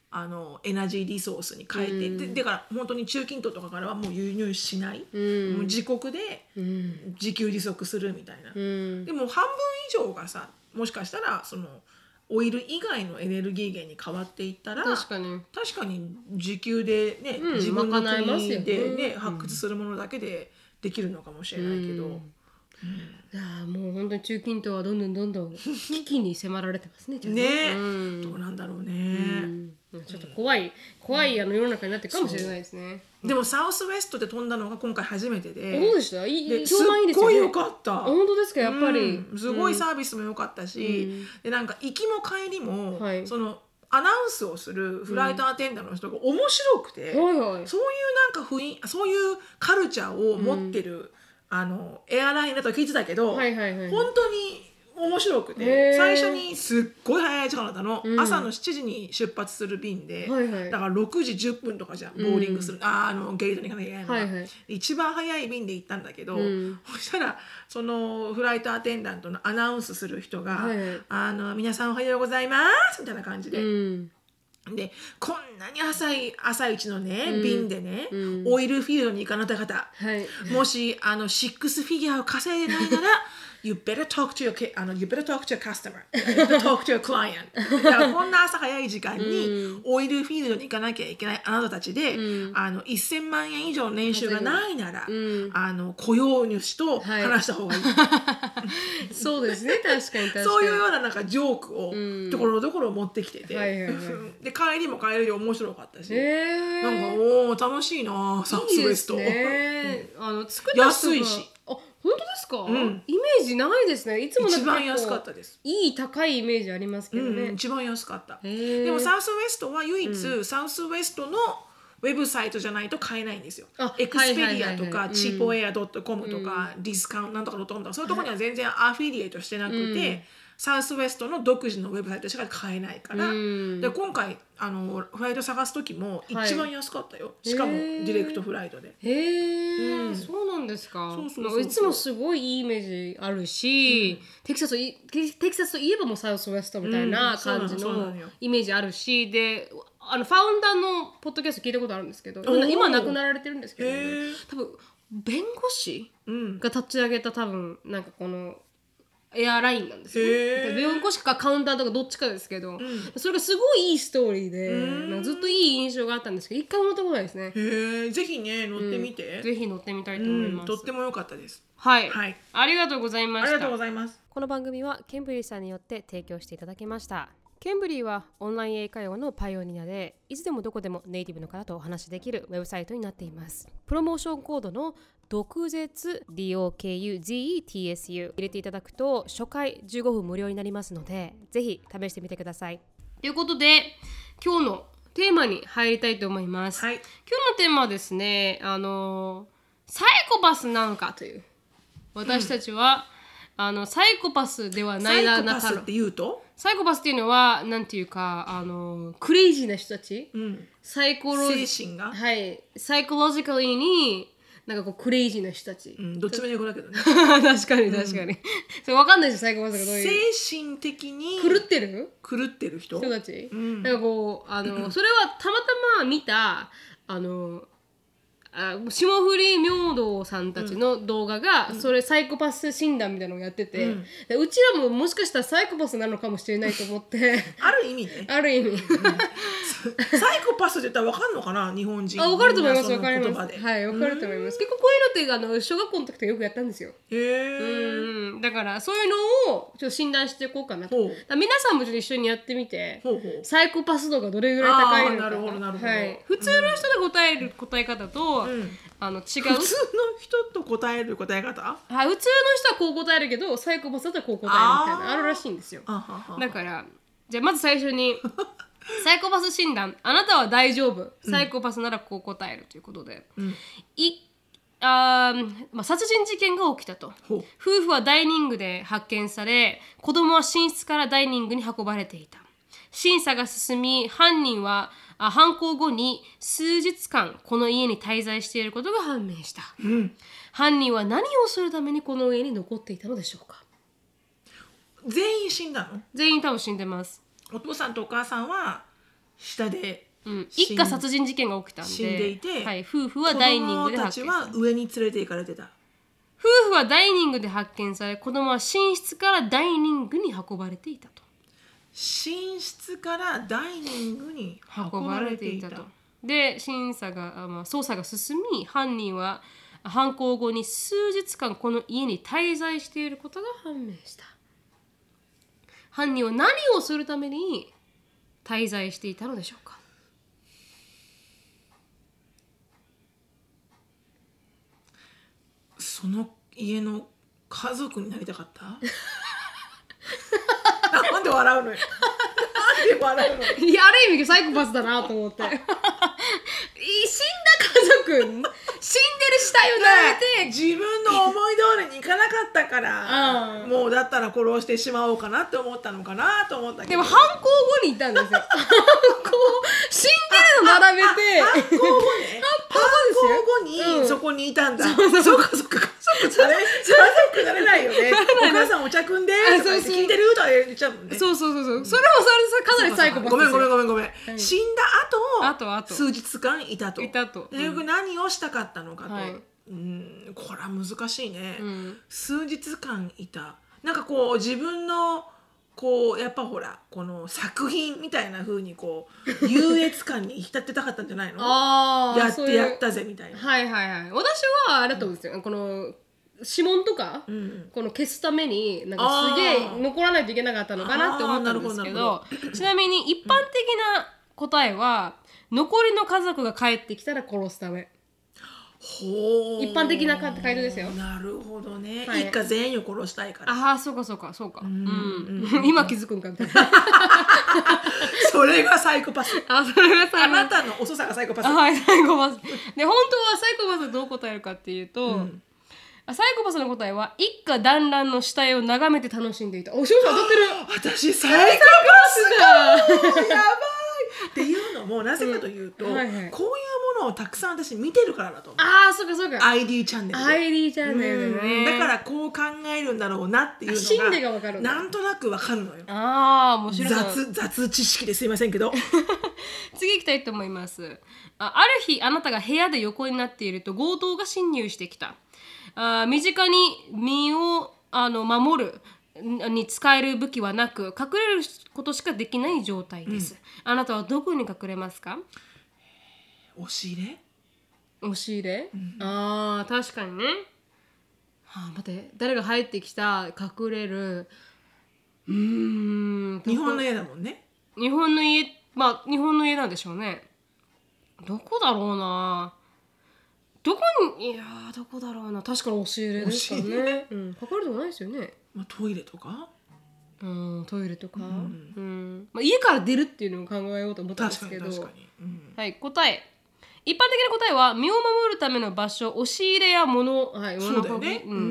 あのエナジーリソースに変えて、うん、でだから本当に中近東とかからはもう輸入しない、うん、もう自国で自給自足するみたいな、うん、でも半分以上がさもしかしたらそのオイル以外のエネルギー源に変わっていったら確かに確かに自給でね、うん、自分の国でね、うん、発掘するものだけでできるのかもしれないけど、うんうんいやもう本当に中近東はどんどんどんどん危機に迫られてますね。 ね、ねうん、どうなんだろうね、 うん、ちょっと怖い怖いあの世の中になってるかもしれないですね。 でもサウスウエストで飛んだのが今回初めてで、 どうでした？いいですっごい良かった。 本当ですか？やっぱり、 うん、すごいサービスも良かったし、うん、でなんか行きも帰りも、はい、そのアナウンスをするフライトアテンダーの人が面白くて、うんはいはい、そういうなんか雰囲そういうカルチャーを持ってる、うんあのエアラインだと聞いてたけど、はいはいはい、本当に面白くて最初にすっごい早い時間だったの、うん、朝のしちじに出発する便で、はいはい、だからろくじじゅっぷんとかじゃんボーリングする、うん、あ, あのゲートに行かなきゃいけないのが、はいはい、一番早い便で行ったんだけど、うん、そしたらそのフライトアテンダントのアナウンスする人が、はいはい、あの皆さんおはようございますみたいな感じで、うんでこんなに朝い朝一のね、うん、便でね、うん、オイルフィールドに行かなた方、はい、もしあのシックスフィギュアを稼いでないならYou better talk to your, あの You better talk to your customer You better talk to your client だからこんな朝早い時間にオイルフィールドに行かなきゃいけないあなたたちで、うん、あのせんまんえん以上の年収がないなら、うん、あの雇用主と話した方がいい、はい、 そうですね確かに確かにそういうようななんかジョークを、うん、ところどころ持ってきてて、はいはいはい、で帰りも帰りで面白かったし、えー、なんかおー楽しいなサウスウエストいいですね、 うん、あの作った安いし本当ですか、うん、イメージないですねいつも一番安かったですいい高いイメージありますけどね、 うん、一番安かったでもサウスウエストは唯一、うん、サウスウエストのウェブサイトじゃないと買えないんですよエクスペディアとかチーポエア ドットコム とか、うん、ディスカウントなんとか .com とかそういうところには全然アフィリエイトしてなくて、うんサウスウエストの独自のウェブサイトしか買えないから、うん、で今回あのフライト探す時も一番安かったよ、はい、しかもディレクトフライトでへえ、うん、そうなんですかそうそうそうそういつもすごいいいイメージあるし、うん、テキサステキサスといえばもうサウスウエストみたいな感じのイメージあるしであのファウンダーのポッドキャスト聞いたことあるんですけど今亡くなられてるんですけど、ね、多分弁護士が立ち上げた多分なんかこのエアラインなんですよ、ね、弁護士かカウンターとかどっちかですけど、うん、それがすごいいいストーリーでなんかずっといい印象があったんですけど一回も乗ったことないですねへぜひね乗ってみて、 うん、ぜひ乗ってみたいと思います、 うん、とっても良かったです、 はい、はい、ありがとうございました。 ありがとうございます。 この番組はケンブリーさんによって提供していただきました。ケンブリーはオンライン英会話のパイオニアでいつでもどこでもネイティブの方とお話しできるウェブサイトになっています。プロモーションコードの毒舌 ドクゼツ 入れていただくと初回じゅうごふん無料になりますのでぜひ試してみてください。ということで今日のテーマに入りたいと思います、はい、今日のテーマはですねあのサイコパスなのかという私たちは、うん、あのサイコパスではないなサイコパスって言うとサイコパスっていうのはなんていうかあのクレイジーな人たち、うん、サイコロ精神がはいサイコロジカリーになんかこうクレイジーな人たち、 うん、どっちも英語だけどね確かに確かに、うん、それ分かんないですよサイコパスがどういう精神的に狂ってる狂ってる人人たち、うん、なんかこうあのそれはたまたま見たあのあ霜降り明星さんたちの動画が、うん、それサイコパス診断みたいなのをやってて、うん、でうちらももしかしたらサイコパスなのかもしれないと思ってある意味ねある意味、うん、 サイコパスって言ったら分かるのかな日本人あ分かると思います分かりますはい分かると思います結構こういうのってあの小学校の時とかよくやったんですよへーうんだからそういうのをちょっと診断していこうかなとだ皆さんもちょっと一緒にやってみてほうほうサイコパス度がどれぐらい高いのかなるほどなるほど、はい、普通の人で答える答え方と、うん、あの違う普通の人と答える答え方はい普通の人はこう答えるけどサイコパスだったらこう答えるみたいなあるらしいんですよだからじゃあまず最初にサイコパス診断あなたは大丈夫サイコパスならこう答えるということで、うん、いあまあ、殺人事件が起きたと夫婦はダイニングで発見され子供は寝室からダイニングに運ばれていた審査が進み犯人はあ犯行後に数日間この家に滞在していることが判明した、うん、犯人は何をするためにこの家に残っていたのでしょうか全員死んだの？ 全員多分死んでますお父さんとお母さんは下でうん、一家殺人事件が起きたんで死んでいて、 はい、夫婦はダイニングで発見され子供たちは上に連れて行かれてた。 夫婦はダイニングで発見され、子供は寝室からダイニングに運ばれていたと。 寝室からダイニングに運ばれていたと。 で、審査が、まあ、捜査が進み、犯人は犯行後に数日間この家に滞在していることが判明した。犯人は何をするために滞在していたのでしょうか。 その家の家族になりたかったなんで笑うのよなんで笑うのよいや、ある意味サイコパスだなと思って死んだ家族死んでる死体を並べて自分の思い通りにいかなかったからもうだったら殺してしまおうかなって思ったのかなと思ったけど、 でも犯行後にいたんですよ犯行死んでるの並べて犯行後ね犯行後にそこにいたんだ、うん、そうかそうか家族なれないよねお母さんお茶くんでとか聞いてるとか言っちゃうもんね。 そうそうそうそう、うん、それもそれかなりサイコパス。 ごめんごめんごめんごめん、はい、死んだ後あとあと数日間いたといたと、 うん、何をしたかったのかと、 はい、 うん、これは難しいね、 うん、 数日間いた。なんかこう自分のこうやっぱほらこの作品みたいな風にこう優越感に浸ってたかったんじゃないのあやってやったぜみたいな。 はいはいはい。私はあれだと思うんですよ、うん、この指紋とか、うん、この消すためになんかすげえ残らないといけなかったのかなって思ったんですけど、ちなみに一般的な答えは、うん、残りの家族が帰ってきたら殺すため。ほ一般的な回答ですよ。 なるほどね、はい、一家全員を殺したいから。 ああそうかそうかそうか、うん、うん、今気づくんかみたいなそれがサイコパス。 あ、それがサイコパス。 あなたの遅さがサイコパス。 はい、サイコパスで、本当はサイコパスはどう答えるかっていうと、うん、サイコパスの答えは一家団らんの死体を眺めて楽しんでいた。お、少々当たってる。 私サイコパスだやばいっていうのもなぜかというと、うんはいはい、こういうものをたくさん私見てるからだと思う。 ああそうかそうか。 アイディー チャンネルでアイディー チャンネルでね、 だからこう考えるんだろうなっていうのが心理が分かるんだ。 なんとなく分かるのよ。 ああ面白い。 雑雑知識ですいませんけど次行きたいと思います。 あ, ある日あなたが部屋で横になっていると強盗が侵入してきた。あ身近に身をあの守るに使える武器はなく、隠れることしかできない状態です、うん、あなたはどこに隠れますか？ 押し入れ？ 押し入れ、うん、あー確かにね、はあ、待って誰が入ってきた隠れるうーん日本の家だもんね。 日本の家、まあ日本の家なんでしょうね。どこだろうな、どこに、いやーどこだろうな。確かに押し入れですからね、うん、隠れるとこないですよね。 まあ、トイレとか、 うん、トイレとか、うんうんまあ、家から出るっていうのを考えようと思ったんですけど、 確かに確かに、うん、 はい、答え一般的な答えは身を守るための場所、押し入れや物、はい、物置、ねうんうんうん、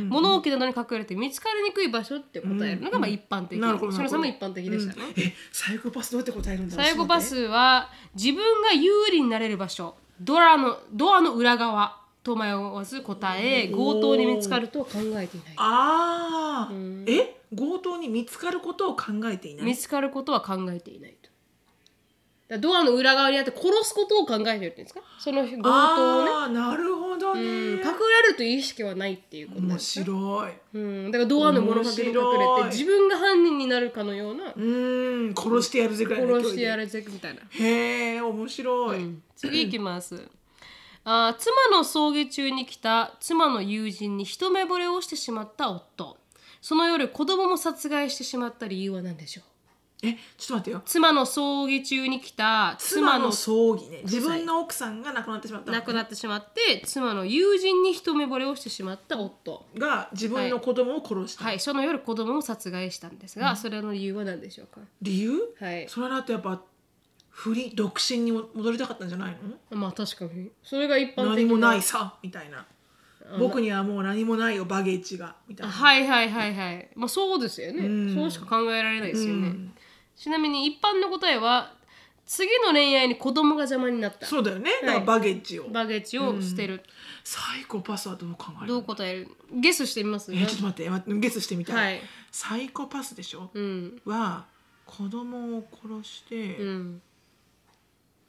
物置などに隠れて見つかりにくい場所って答えるのがまあ一般的、うんうん、そのさんも一般的でしたね、 うん、えサイコパスどうやって答えるんだろう。 サイコパスは自分が有利になれる場所、ドアの、ドアの裏側と迷わず答え、強盗に見つかると考えていない。 ああ、うん、え強盗に見つかることを考えていない。 見つかることは考えていないと。だドアの裏側にあって殺すことを考えてるっていうんですか、その強盗をね。 ああなるほどね、うん、 隠れるという意識はないっていうことですか。 面白い、 うん、だからドアの物陰に隠れて自分が犯人になるかのような、 うん殺してやるぜくらいの殺してやるぜみたいな。 へえ面白い、うん、 次いきますあ妻の葬儀中に来た妻の友人に一目惚れをしてしまった夫。その夜子供も殺害してしまった理由は何でしょう。 えちょっと待ってよ。 妻の葬儀中に来た妻の葬儀ね、自分の奥さんが亡くなってしまった、 ね、亡くなってしまって妻の友人に一目惚れをしてしまった夫が自分の子供を殺した、 はいはい、その夜子供を殺害したんですが、うん、それの理由は何でしょうか。 理由、 はい、 それはだってやっぱ不利独身に戻りたかったんじゃないの。 まあ確かにそれが一般的な何もないさみたいな、僕にはもう何もないよバゲージがみたいな。 はいはいはいはい、まあそうですよね、うん、そうしか考えられないですよね、うん、ちなみに一般の答えは次の恋愛に子供が邪魔になった。 そうだよね、だからバゲージを、 はい、バゲージを捨てる、うん、 サイコパスはどう考える。 どう答える。ゲスしてみます、 ね、えちょっと待ってゲスしてみたい、はい、サイコパスでしょ、 うん、 は子供を殺して、 うん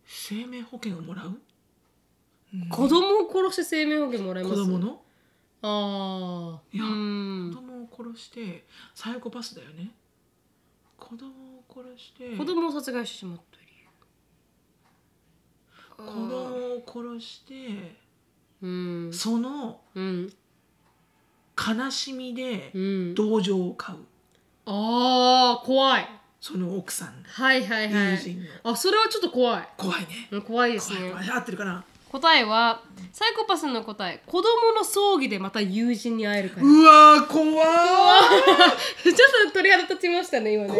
生命保険をもらう、 うん、子供を殺して生命保険もらいます。 子供のああ、 いや、うん、子供を殺してサイコパスだよね。子供を殺して子供を殺害してしまった理由、子供を殺して、 うん、 その、うん、悲しみで同情を買う、うん、 ああ怖い。 その奥さん、 はいはいはい、 友人の。 あ、それはちょっと怖い。 怖いね、 うん、怖いですね。 怖い怖い。合ってるかな。 答えはサイコパスの答え、子供の葬儀でまた友人に会えるから。 うわー怖いちょっと鳥肌立ちましたね今ね。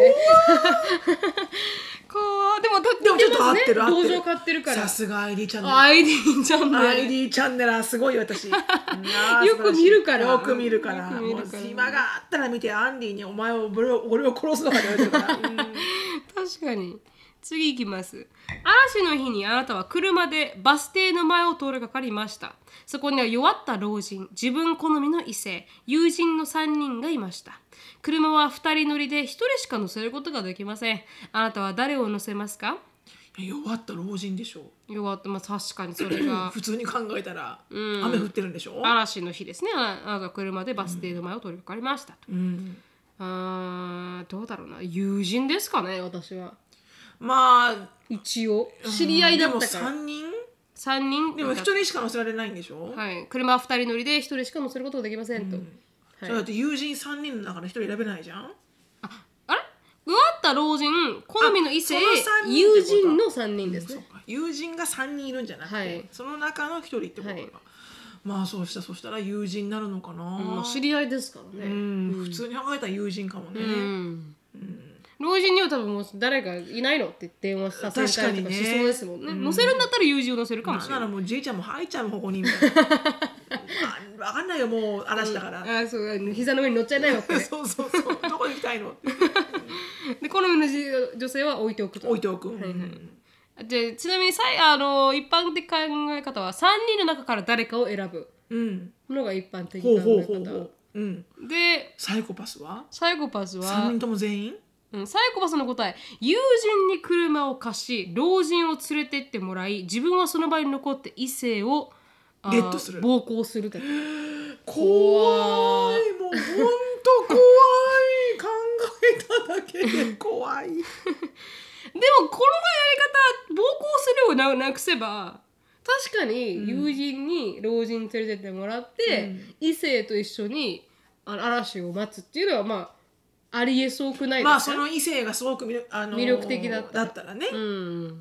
怖い。でもでもちょっと合ってる合ってる。 同情買ってるから。 さすが アイディー チャンネル。 アイディー チャンネル。 アイディー チャンネルはすごい私。よく見るから。 よく見るから。もう暇があったら見て、アンディにお前を俺を俺を殺すのかって言われてるから。うん、 確かに。次行きます。嵐の日にあなたは車でバス停の前を通りかかりました。そこには弱った老人、自分好みの異性、友人のさんにんがいました。車はふたり乗りでひとりしか乗せることができません。あなたは誰を乗せますか？ 弱った老人でしょ。 弱った、まあ、確かにそれが普通に考えたら、うん、雨降ってるんでしょ。 嵐の日ですね。あなたは車でバス停の前を通りかかりましたと、うん、あどうだろうな、友人ですかね。私はまあ一応知り合いだったから、 うん、でもさんにんさんにんでもひとりしか乗せられないんでしょ。 はい、車はふたり乗りでひとりしか乗せることができませんと、うんはい、そうだって友人さんにんの中のひとり選べないじゃん。 あ、あれ弱った老人、好みの異性、友人のさんにんですね、うん、そうか。 友人がさんにんいるんじゃなくて、はい、その中のひとりってことか、はい、まあそうしたそしたら友人になるのかな、 うん、知り合いですからね、 うんうん、普通に考えたら友人かもね、うんうん老人には多分もう誰かいないのって電話させたりとかしそうですもんね。乗せるんだったら友人を乗せるかもしれない。 だからもうじいちゃんもはいちゃんもここにみたいな。わかんないよもう嵐だから。 うん、あそう膝の上に乗っちゃいないわって。 そうそうそうどこに行きたいの。 で好みの女性は置いておくと。 置いておく。はいはい。 でちなみにさいあの一般的考え方はさんにんの中から誰かを選ぶのが一般的考え方。ほうほうほうほう。うん。でサイコパスは？ サイコパスはさんにんとも全員？ うん、サイコパスの答え、友人に車を貸し老人を連れてってもらい自分はその場に残って異性をゲットする暴行するだけ。 怖いもうほんと怖い考えただけで怖いでもこのやり方暴行するを な, なくせば確かに友人に老人連れてってもらって、うん、異性と一緒にあの嵐を待つっていうのはまあありえそうくないですか。 まあその異性がすごく、あのー、 魅力的だっただったらね、うん、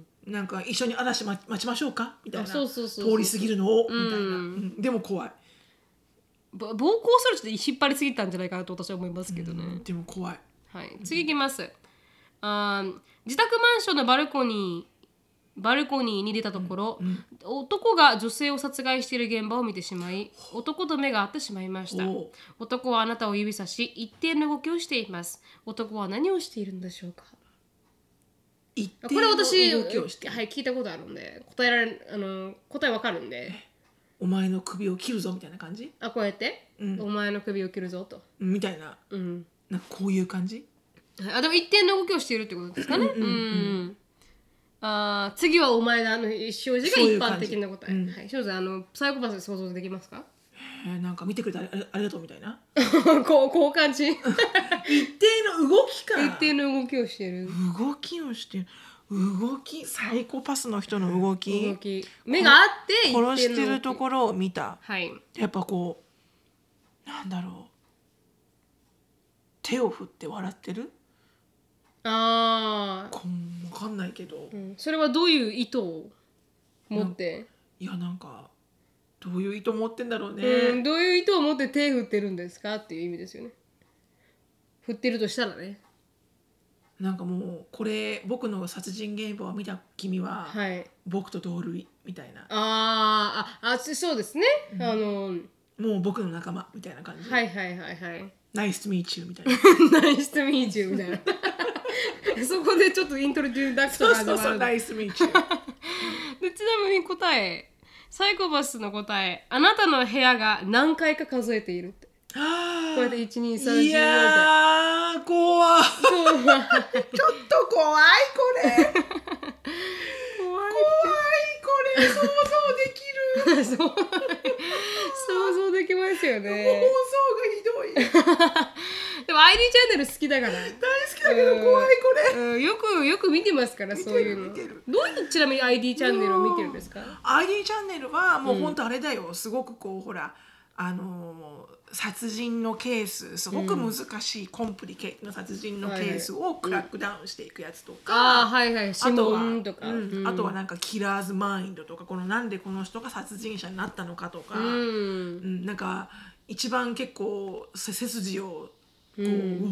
なんか一緒に嵐待ちましょうかみたいなそうそうそう通り過ぎるのをみたいな、うんうん、でも怖い暴行すると引っ張りすぎたんじゃないかなと私は思いますけどね、 うん、でも怖い、 はい、次いきます、うん、あ自宅マンションのバルコニーバルコニーに出たところ、うんうん、男が女性を殺害している現場を見てしまい男と目が合ってしまいました。男はあなたを指さし一定の動きをしています。男は何をしているんでしょうか。 一定の動きをしてこれ私、はい、聞いたことあるんで答えられあの答えわかるんでお前の首を切るぞみたいな感じ。 あこうやって、うん、お前の首を切るぞとみたいな、うん、なんかこういう感じ。 あでも一定の動きをしているってことですかね。うんうん、うんうんあ次はお前だの表示が一般的な答え。ううはい、庄司あのサイコパスで想像できますか？ えー、なんか見てくれてあ り, ありがとうみたいなこうこう感じ一定の動きか一定の動きをしてる動きをしてる動きサイコパスの人の動き動き目があって殺してるところを見た、 はい、 やっぱこうなんだろう手を振って笑ってるああ分かんないけど、 うん、それはどういう意図を持っていやなんかどういう意図を持ってんだろうね、 うん、どういう意図を持って手振ってるんですかっていう意味ですよね。振ってるとしたらねなんかもうこれ僕の殺人現場を見た君は、はい、僕と同類みたいなあああそうですね、うん、あのもう僕の仲間みたいな感じはいはいはいはいナイスミーチューみたいなナイスミーチューみたいなそこでちょっとイントロデューダクトが始まる。 そうそうそうナイスミーチューでちなみに答えサイコパスの答えあなたの部屋が何回か数えているってこうやっていちにさんよんいやー怖いちょっと怖いこれ怖い怖ですよね。 放送がひどい。 でも アイディー チャンネル好きだから。 大好きだけど怖いこれ、 うん、よくよく見てますからそういうの。どういうちなみに アイディー チャンネルを見てるんですか？ アイディー チャンネルはもう本当あれだよ、うん、すごくこうほらあのー、殺人のケースすごく難しい、うん、コンプリケートの殺人のケースをクラックダウンしていくやつとか、 ああはいはい、指紋とか、 うん、あとはなんかキラーズマインドとか、このなんでこの人が殺人者になったのかとか、うんうん、なんか一番結構背筋をこう、うん、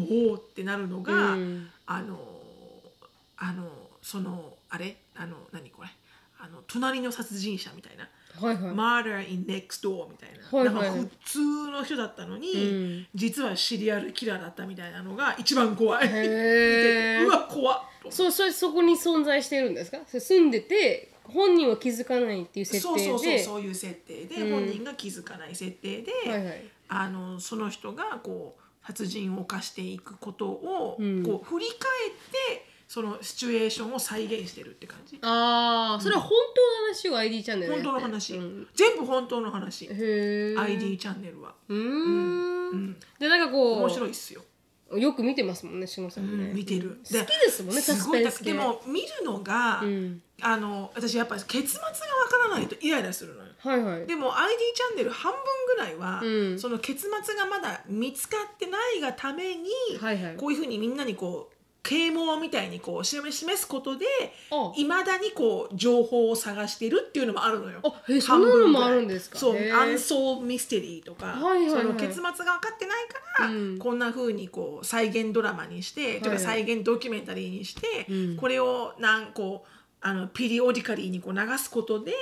おおってなるのが、うん、あのあのそのあれあの何これあの隣の殺人者みたいな。はいはい、Murder in Next Door みたいな、はいはい、なんか普通の人だったのに、うん、実はシリアルキラーだったみたいなのが一番怖い。見ててうわ怖っと。 そう、それそこに存在してるんですか？それ住んでて本人は気づかないっていう設定で、 そうそうそうそういう設定で、うん、本人が気づかない設定で、はいはい、あのその人がこう殺人を犯していくことを、うん、こう振り返ってそのシチュエーションを再現してるって感じ。 ああ、それは本当の話を アイディー チャンネルでやってる。本当の話、うん、全部本当の話。へー アイディー チャンネルは。うーん、 うん、でなんかこう面白いっすよ。 よく見てますもんね、しもさんね、 うん、見てる。 好きですもんね、サスペンス系。 でも見るのが、うん、あの私やっぱり結末がわからないとイライラするのよ。はいはい、でも アイディー チャンネル半分ぐらいは、うん、その結末がまだ見つかってないがために、はいはい、こういうふうにみんなにこう啓蒙みたいにこう示すことでいまだにこう情報を探してるっていうのもあるのよ。 あ、へ、そんなのもあるんですか？ そう、アンソーミステリーとか、はいはいはい、その結末が分かってないから、うん、こんな風にこう再現ドラマにして、はいはい、とか再現ドキュメンタリーにして、うん、これをなんこうあのピリオディカリーにこう流すことで、うん、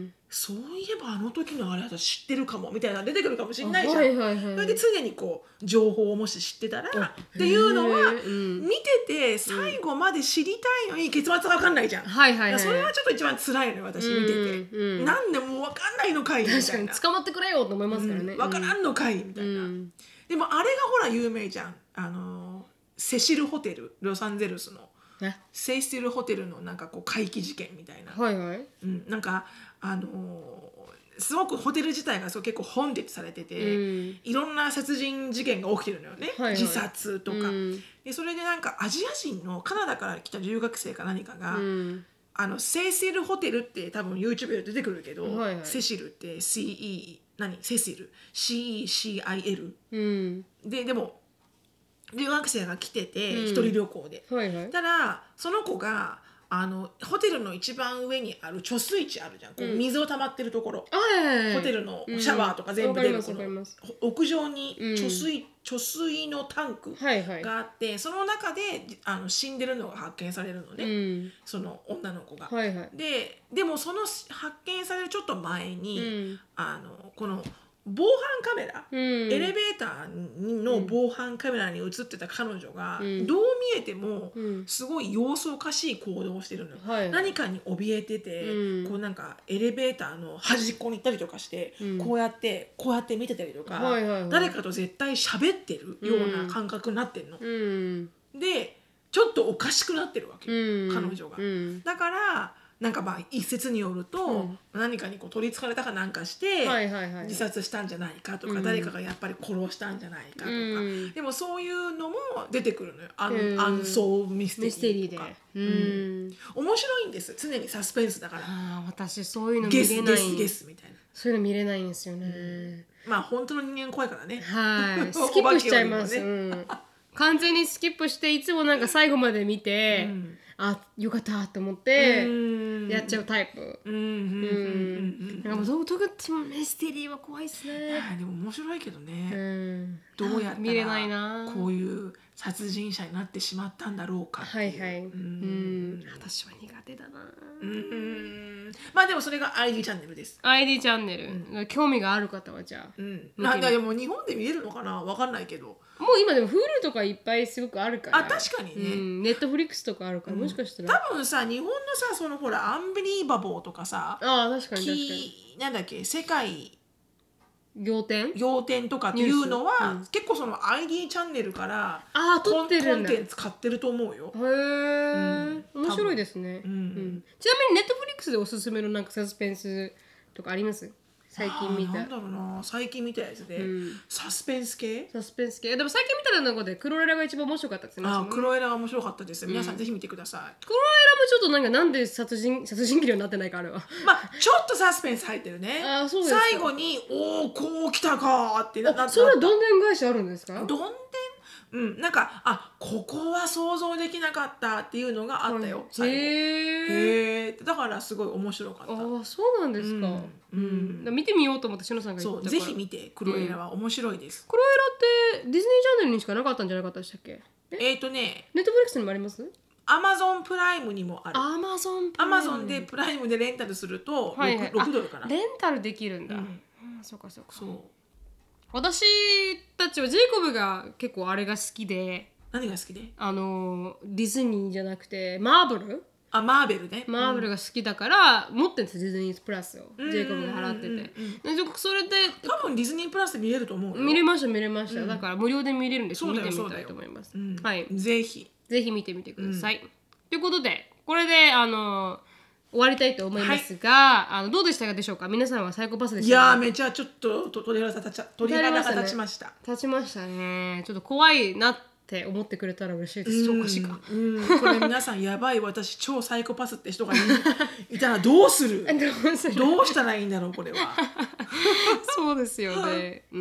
そういえばあの時のあれ私知ってるかもみたいなの出てくるかもしれないじゃん、はいはいはい、それで常にこう情報をもし知ってたらっていうのは、うん、見てて最後まで知りたいのに結末が分かんないじゃん、はいはいはい、それはちょっと一番辛いのよ私見てて、うんうん、なんでもう分かんないのかいみたいな。 確かに捕まってくれよと思いますからね、 うん、分からんのかいみたいな、うん、でもあれがほら有名じゃん、あのセシルホテル、ロサンゼルスのセイシルホテルのなんかこう怪奇事件みたいな、はいはい、うん、なんかあのー、すごくホテル自体がそう結構ホンデッドされてて、うん、いろんな殺人事件が起きてるのよね、はいはい、自殺とか、うん、でそれでなんかアジア人のカナダから来た留学生か何かが、うん、あのセイシルホテルって多分 YouTube で出てくるけど、はいはい、セシルって シーイー 何セシル シーイーシーアイエル、うん、ででも留学生が来てて、うん、一人旅行で、はいはい、ただその子があのホテルの一番上にある貯水池あるじゃん、こう水を溜まってるところ、うん、ホテルのシャワーとか全部出る、この屋上に貯水、うん、貯水のタンクがあって、はいはい、その中であの死んでるのが発見されるのね、うん、その女の子が、はいはい、で, でもその発見されるちょっと前に、うん、あのこの防犯カメラ、うん、エレベーターの防犯カメラに映ってた彼女が、うん、どう見えてもすごい様子おかしい行動をしてるのよ、はい、何かに怯えてて、うん、こうなんかエレベーターの端っこに行ったりとかして、うん、こうやってこうやって見てたりとか、はいはいはい、誰かと絶対喋ってるような感覚になってんの、うん、でちょっとおかしくなってるわけ、うん、彼女が、うん、だからなんかまあ一説によると、うん、何かにこう取りつかれたかなんかして、はいはいはい、自殺したんじゃないかとか、うん、誰かがやっぱり殺したんじゃないかとか、うん、でもそういうのも出てくるのよ、アン、うん、アンソーミステリーとか、うんうん、面白いんです、常にサスペンスだから。 あ、私そういうの見れない、ゲスゲスゲスみたいな、そういうの見れないんですよね、 うん、まあ本当の人間怖いからね、 はい、スキップしちゃいます、ね、うん、完全にスキップしていつもなんか最後まで見て、うん、あ、よかったと思ってやっちゃうタイプ。うん。なんかもうどうとかってもミステリーは怖いですね。 でも面白いけどね。うん、どうやったら見れないな。こういう殺人者になってしまったんだろうかっていう。はいはい。うん。 私は苦手だな。 うん。まあでもそれが アイディー チャンネルです。 アイディー チャンネル、うん、興味がある方はじゃあ。 うん。なんかでも日本で見れるのかな、わかんないけど。 もう今でも Hulu とかいっぱいすごくあるから。 あ、確かにね、うん、 Netflix とかあるから、うん、もしかしたら多分さ、日本のさ、そのほらアンビリーバボーとかさ、 あ、確かに確かに、 なんだっけ、世界仰天仰天とかっていうのは、うん、結構その アイディー チャンネルからあ撮ってるんだ、 コンテンツ買ってると思うよ。へえ、うん、面白いですね、うんうん、ちなみに Netflix でおすすめのなんかサスペンスとかあります？ 最近見た。 なんだろうな、最近見たやつで、うん、サスペンス系サスペンス系でも最近見た中でクロエラが一番面白かったですね。 あ、クロエラが面白かったです、うん、皆さんぜひ見てください。 クロエラもちょっとなんかなんで殺人殺人鬼になってないかあれはまあちょっとサスペンス入ってるね。あ、そうですか。最後におおこう来たかってなった。 それはどんでん返しあるんですか？ どんでん、うん、なんかあここは想像できなかったっていうのがあったよ、はい、最後。へえ。だからすごい面白かった。 あ、そうなんですか。うん、うん、見てみようと思ってしのさんが言ったから。 そう、ぜひ見て。クロエラは面白いです。 クロエラってディズニーチャンネルにしかなかったんじゃなかったでしたっけ？ えっとね、 ネットフリックスにもあります？ アマゾンプライムにもある。 アマゾンプライム。アマゾンでプライムでレンタルすると ろく,、はいはい、ろくドルかな。 レンタルできるんだ。うん、あ、そうかそうか。 そう。 私たちはジェイコブが結構あれが好きで。 何が好きで？ あのディズニーじゃなくてマーブル。 あ、マーベルね。 マーベルが好きだから、うん、持ってるんですよ、ディズニープラスを、うん、ジェイコブが払ってて、うんうんうん、でそれで多分ディズニープラスで見れると思うよ。 見れました見れました、うん、だから無料で見れるんで見てみたいと思います、うん、はい、 ぜひぜひ見てみてください、うん、ということでこれであの終わりたいと思いますが、はい、あのどうでしたかでしょうか。皆さんはサイコパスでしたか？ いやーめちゃちょっと鳥肌立ちました。 立ちましたね。ちょっと怖いなって思ってくれたら嬉しいです。そうかしか、 うん、これ皆さんやばい私超サイコパスって人が い, いたらどうするどうするどうしたらいいんだろうこれはそうですよね、うんうん、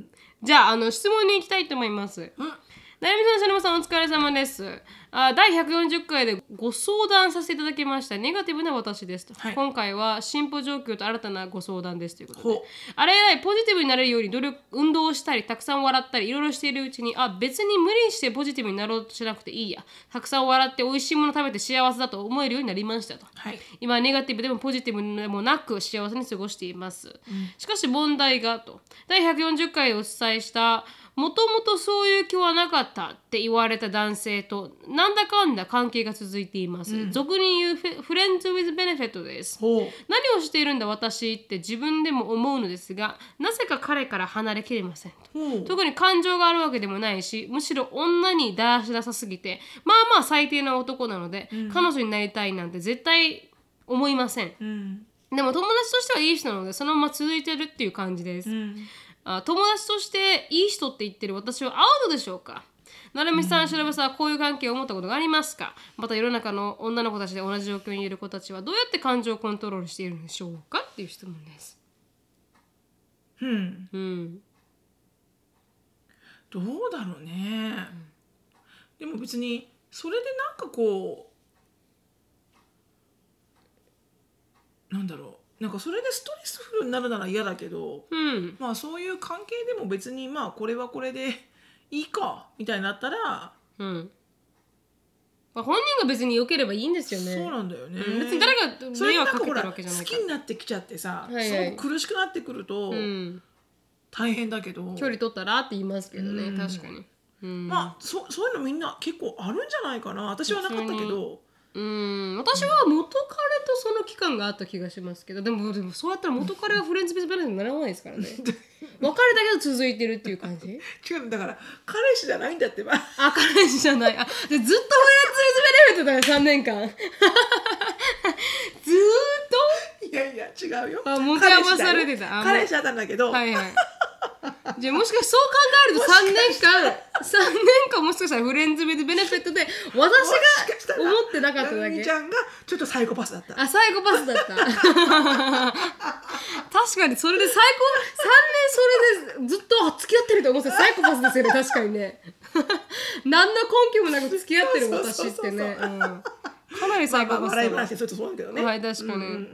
じゃあ、あの質問に行きたいと思います、うん、なやみさん、しのぶさんお疲れ様です。あだいひゃくよんじゅっかいでご相談させていただきましたネガティブな私ですと、はい、今回は進歩状況と新たなご相談ですということで、あれ以来ポジティブになれるように努力運動をしたりたくさん笑ったりいろいろしているうちに、あ別に無理してポジティブになろうとしなくていいや、たくさん笑って美味しいもの食べて幸せだと思えるようになりましたと、はい、今はネガティブでもポジティブでもなく幸せに過ごしています、うん、しかし問題がとだいひゃくよんじゅっかいでお伝えしたもともとそういう気はなかったって言われた男性となんだかんだ関係が続いています、うん、俗に言うフレンズ・ウィズ・ベネフィットです。何をしているんだ私って自分でも思うのですが、なぜか彼から離れきれません。特に感情があるわけでもないし、むしろ女にだらしなさすぎてまあまあ最低な男なので、うん、彼女になりたいなんて絶対思いません、うん、でも友達としてはいい人なのでそのまま続いてるっていう感じです、うん、あ友達としていい人って言ってる私はアウトでしょうか。なるみさん、しらぶさんはこういう関係を持ったことがありますか。また世の中の女の子たちで同じ状況にいる子たちはどうやって感情をコントロールしているんでしょうかっていう質問です。 うん、うん、どうだろうね、うん、でも別にそれでなんかこうなんだろうなんかそれでストレスフルになるなら嫌だけど、うん、まあそういう関係でも別にまあこれはこれでいいかみたいになったら、うんまあ、本人が別に良ければいいんですよね。 そうなんだよね、 うん、別に誰が迷惑かけてるわけじゃないから。 好きになってきちゃってさ、はいはい、すごく苦しくなってくると、うん、大変だけど距離取ったらって言いますけどね、うん、確かに、 うん、まあ そ, そういうのみんな結構あるんじゃないかな。私はなかったけど、 うん私は元彼とその期間があった気がしますけど、でも、でもそうやったら元彼はフレンズ・ビズ・ベネフィットにならないですからね別れだけど続いてるっていう感じ違うだから彼氏じゃないんだってばあ彼氏じゃないあでずっとフレンズ・ビズ・ベネフィットだよさんねんかんずーっといやいや違うよあもてあまされてた彼氏だったんだけどはいはいじゃあもしかしてそう考えるとさんねんかんさんねんかんもしかしたらフレンズ・ウィズ・ベネフィットで私が思ってなかっただけ。 なみちゃんがちょっとサイコパスだった。 あサイコパスだった確かにそれでサイコさんねんそれでずっと付き合ってると思ってサイコパスですよね確かにね何の根拠もなく付き合ってる私ってねかなりサイコパスだ。まあまあ笑い話するとそうだけどね。はい確かに、うんうんうん、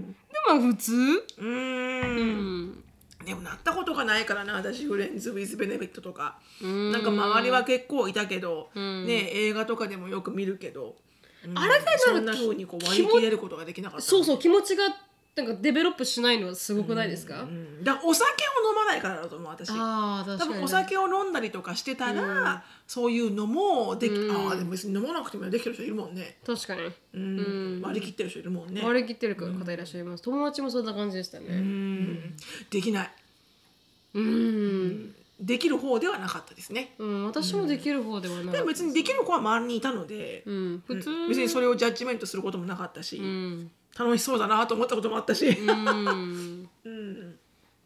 でも普通うーん、 うんでもなったことがないからな私フレンズ・ウィズ・ベネフィットとかなんか周りは結構いたけど、ね、映画とかでもよく見るけど、うん、あれがそんな風にこう割り切れることができなかった。 そうそう気持ちがなんかデベロップしないのはすごくないですか、うんうん、 だからお酒を飲まないからだと思う私。あ確かに多分お酒を飲んだりとかしてたら、うん、そういうのもでき、うん、あでも別に飲まなくてもできてる人いるもんね。 確かに、 うんうん、割り切ってる人いるもんね。 割り切ってる方いらっしゃいます、うん、友達もそんな感じでしたね。うん、うん、 できないうん、うん、できる方ではなかったですね、 うん、私もできる方ではなかった、 でも別にできる子は周りにいたので、うん、普通、うん、別にそれをジャッジメントすることもなかったし、うん、楽しそうだなと思ったこともあったし、うんうん、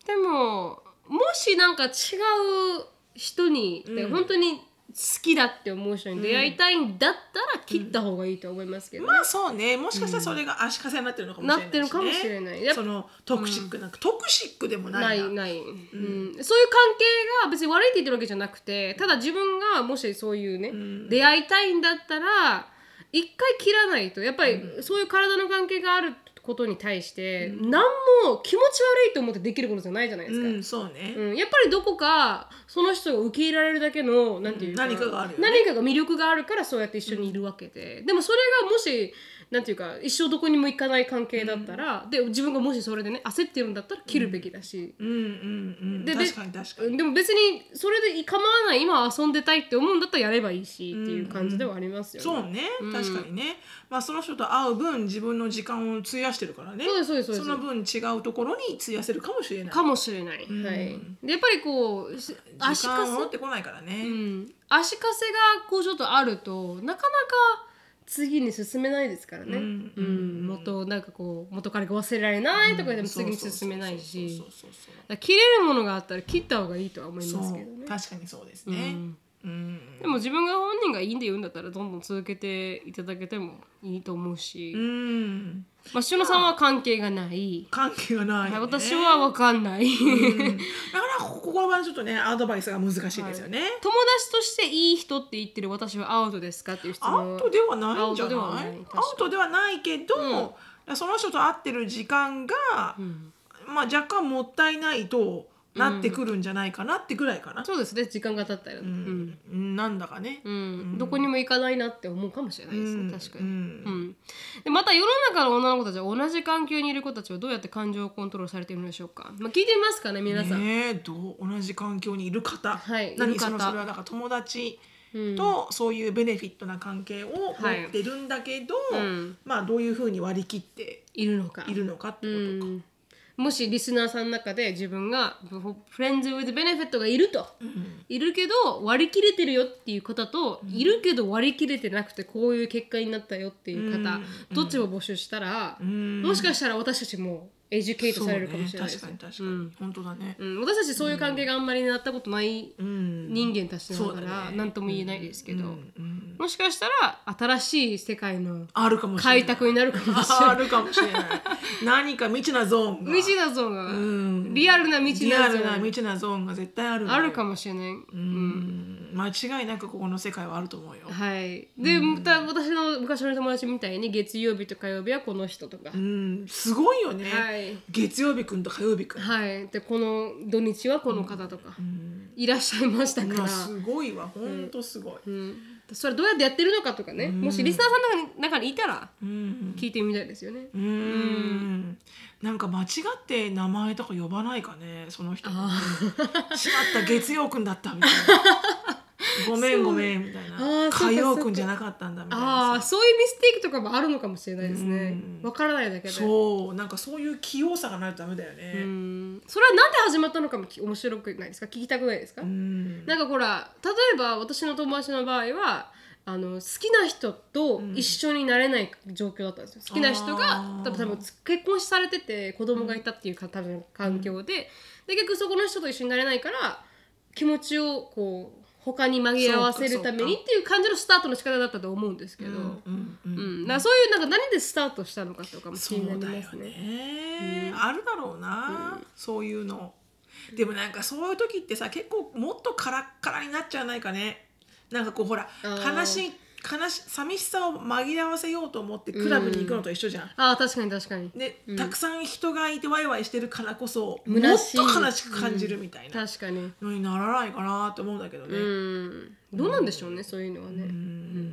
でももしなんか違う人に、うん、本当に好きだって思う人に出会いたいんだったら切った方がいいと思いますけど、ねうん、まあそうね、もしかしたらそれが足かせになってるのかもしれないし、ね、 なってるかもしれない。 そのトクシックなんか、うん、トクシックでもないなないない、うんうん、そういう関係が別に悪いって言ってるわけじゃなくて、ただ自分がもしそういうね、うん、出会いたいんだったら一回切らないとやっぱりそういう体の関係があることに対して、うん、何も気持ち悪いと思ってできることじゃないじゃないですか、 うん、そうね、 うん、やっぱりどこかその人を受け入れられるだけのなんていうか、 うん、何かがあるよね、 何かが魅力があるからそうやって一緒にいるわけで、うん、でもそれがもしなんていうか一生どこにも行かない関係だったら、うん、で自分がもしそれでね焦ってるんだったら切るべきだし、 うんうんうん、で確かに確かに。 でも別にそれで構わない、今は遊んでたいって思うんだったらやればいいし、うん、っていう感じではありますよね。 そうね、うん、確かにね、まあ、その人と会う分自分の時間を費やしてるからね、 そうですそうですそうです、 その分違うところに費やせるかもしれないかもしれない、うん、はい、でやっぱりこう時間を持ってこないからね、 うん、足かせがこうちょっとあるとなかなか次に進めないですからね、うんうん、元なんかこう元彼が忘れられないとかでも次に進めないし、切れるものがあったら切った方がいいとは思いますけどね。 確かにそうですね、うんうん、でも自分が本人がいいんで言うんだったらどんどん続けていただけてもいいと思うし、うん、まあ、しのさんは関係がない関係がない、ね、 はい、私は分かんない、 うん、だからここはちょっとねアドバイスが難しいですよね、はい、 友達としていい人って言ってる私はアウトですかっていう質問。 アウトではないんじゃない？アウトではない、アウトではないけど、うん、その人と会ってる時間が、うん、まあ、若干もったいないとなってくるんじゃないかなってぐらいかな、 うん、そうですね、時間が経ったよ、 うんうん、なんだかね、 うんうん、どこにも行かないなって思うかもしれないですね、うん、確かに、うんうん、でまた世の中の女の子たちは同じ環境にいる子たちはどうやって感情をコントロールされているのでしょうか、まあ、聞いてみますかね皆さん、 ね、どう同じ環境にいる方、 はい、 何そのそれはだから友達とそういうベネフィットな関係を持ってるんだけど、はい、うん、まあ、どういうふうに割り切っているのかいるのかってことか、うん、 もしリスナーさんの中で自分がフレンズウィズベネフィットがいると、うん、いるけど割り切れてるよっていう方と、うん、いるけど割り切れてなくてこういう結果になったよっていう方、うん、どっちも募集したら、うん、もしかしたら私たちもエデュケートされるかもしれないです、ね、 確かに確かに、うん、本当だね、 うん、私たちそういう関係があんまりなったことない人間たちだから何とも言えないですけど、うんうん、もしかしたら新しい世界の開拓になるかもしれない、 あるかもしれない何か未知なゾーンが未知なゾーンが、うん、リアルな未知なゾーンリアルな未知なゾーンが絶対あるあるかもしれない、うんうん、間違いなくここの世界はあると思うよ。 はい。で、うん、また私の昔の友達みたいに月曜日と火曜日はこの人とか、 うん、すごいよね、はい、月曜日くんと火曜日くん、 はい、でこの土日はこの方とか、うん、いらっしゃいましたから、 すごいわ、ほんとすごい、 うんうん、それどうやってやってるのかとかね、うん、もしリスナーさんの中に、中にいたら聞いてみたいですよね、うんうん、 なんか間違って名前とか呼ばないかね、その人しまった月曜くんだったみたいなごめんごめんみたいな、火曜くんじゃなかったんだみたいな、 あ、そういうミステイクとかもあるのかもしれないですね、わからないだけで、 そう、なんかそういう器用さがないとダメだよね、 うん、それはなんで始まったのかも面白くないですか、聞きたくないですか、うん、なんかほら例えば私の友達の場合はあの好きな人と一緒になれない状況だったんですよ、うん、好きな人が多分多分結婚されてて子供がいたっていうか多分環境で、うん、で結局そこの人と一緒になれないから気持ちをこう他に紛らわせるためにっていう感じのスタートの仕方だったと思うんですけど、うんうんうんうん、だからそういうなんか何でスタートしたのかとかも気になりますね。そうだよね、 うん、あるだろうな、うん、そういうの。でもなんかそういう時ってさ結構もっとカラッカラになっちゃわないかね。なんかこうほら悲しい悲し寂しさを紛らわせようと思ってクラブに行くのと一緒じゃん、うん、 あ、確かに確かにで、うん、たくさん人がいてワイワイしてるからこそもっと悲しく感じるみたいな、 うん、確かにのにならないかなと思うんだけどね、うん、 どうなんでしょうね、うん、そういうのはね、うんうん、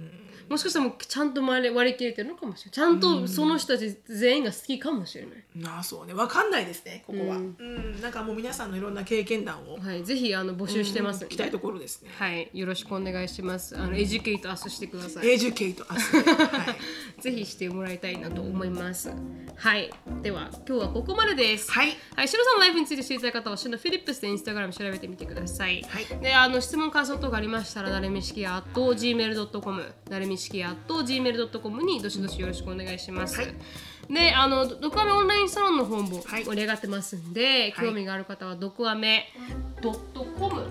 もしかしたらもうちゃんと割り切れてるのかもしれない、ちゃんとその人たち全員が好きかもしれない、 うん、ああそうね、分かんないですねここは、うんうん、なんかもう皆さんのいろんな経験談を、 はい、ぜひあの募集してますので、 うん、聞きたいところですね、 はい、よろしくお願いします。あのエデュケートアスしてください。 エデュケートアス、はい、 ぜひしてもらいたいなと思います。はい、では今日はここまでです。 はい、 はい、シロさんのライフについて知りたい方はシロフィリップスでインスタグラム調べてみてください。はい、であの質問感想等がありましたらなれみしき アットジーメールドットコム なれみみしき アットジーメールドットコム にどしどしよろしくお願いします、はい、であのドクアメオンラインサロンの方も盛り上がってますんで、はい、興味がある方はドクアメドットコム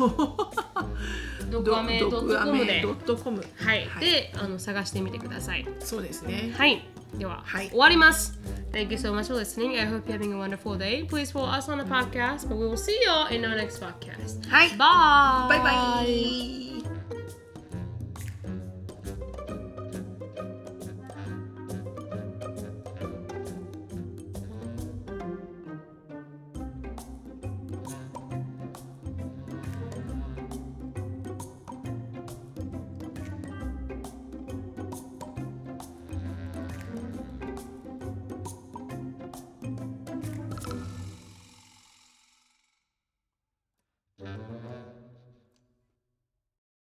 ドクアメドットコムでドットコムはい、はい、であの探してみてください。 そうですね。 はい、では、はい、終わります。Thank you so much for listening. I hope you're having a wonderful day. Please follow us on the podcast, but we will see you in our next podcast. はい。 Bye. Bye bye.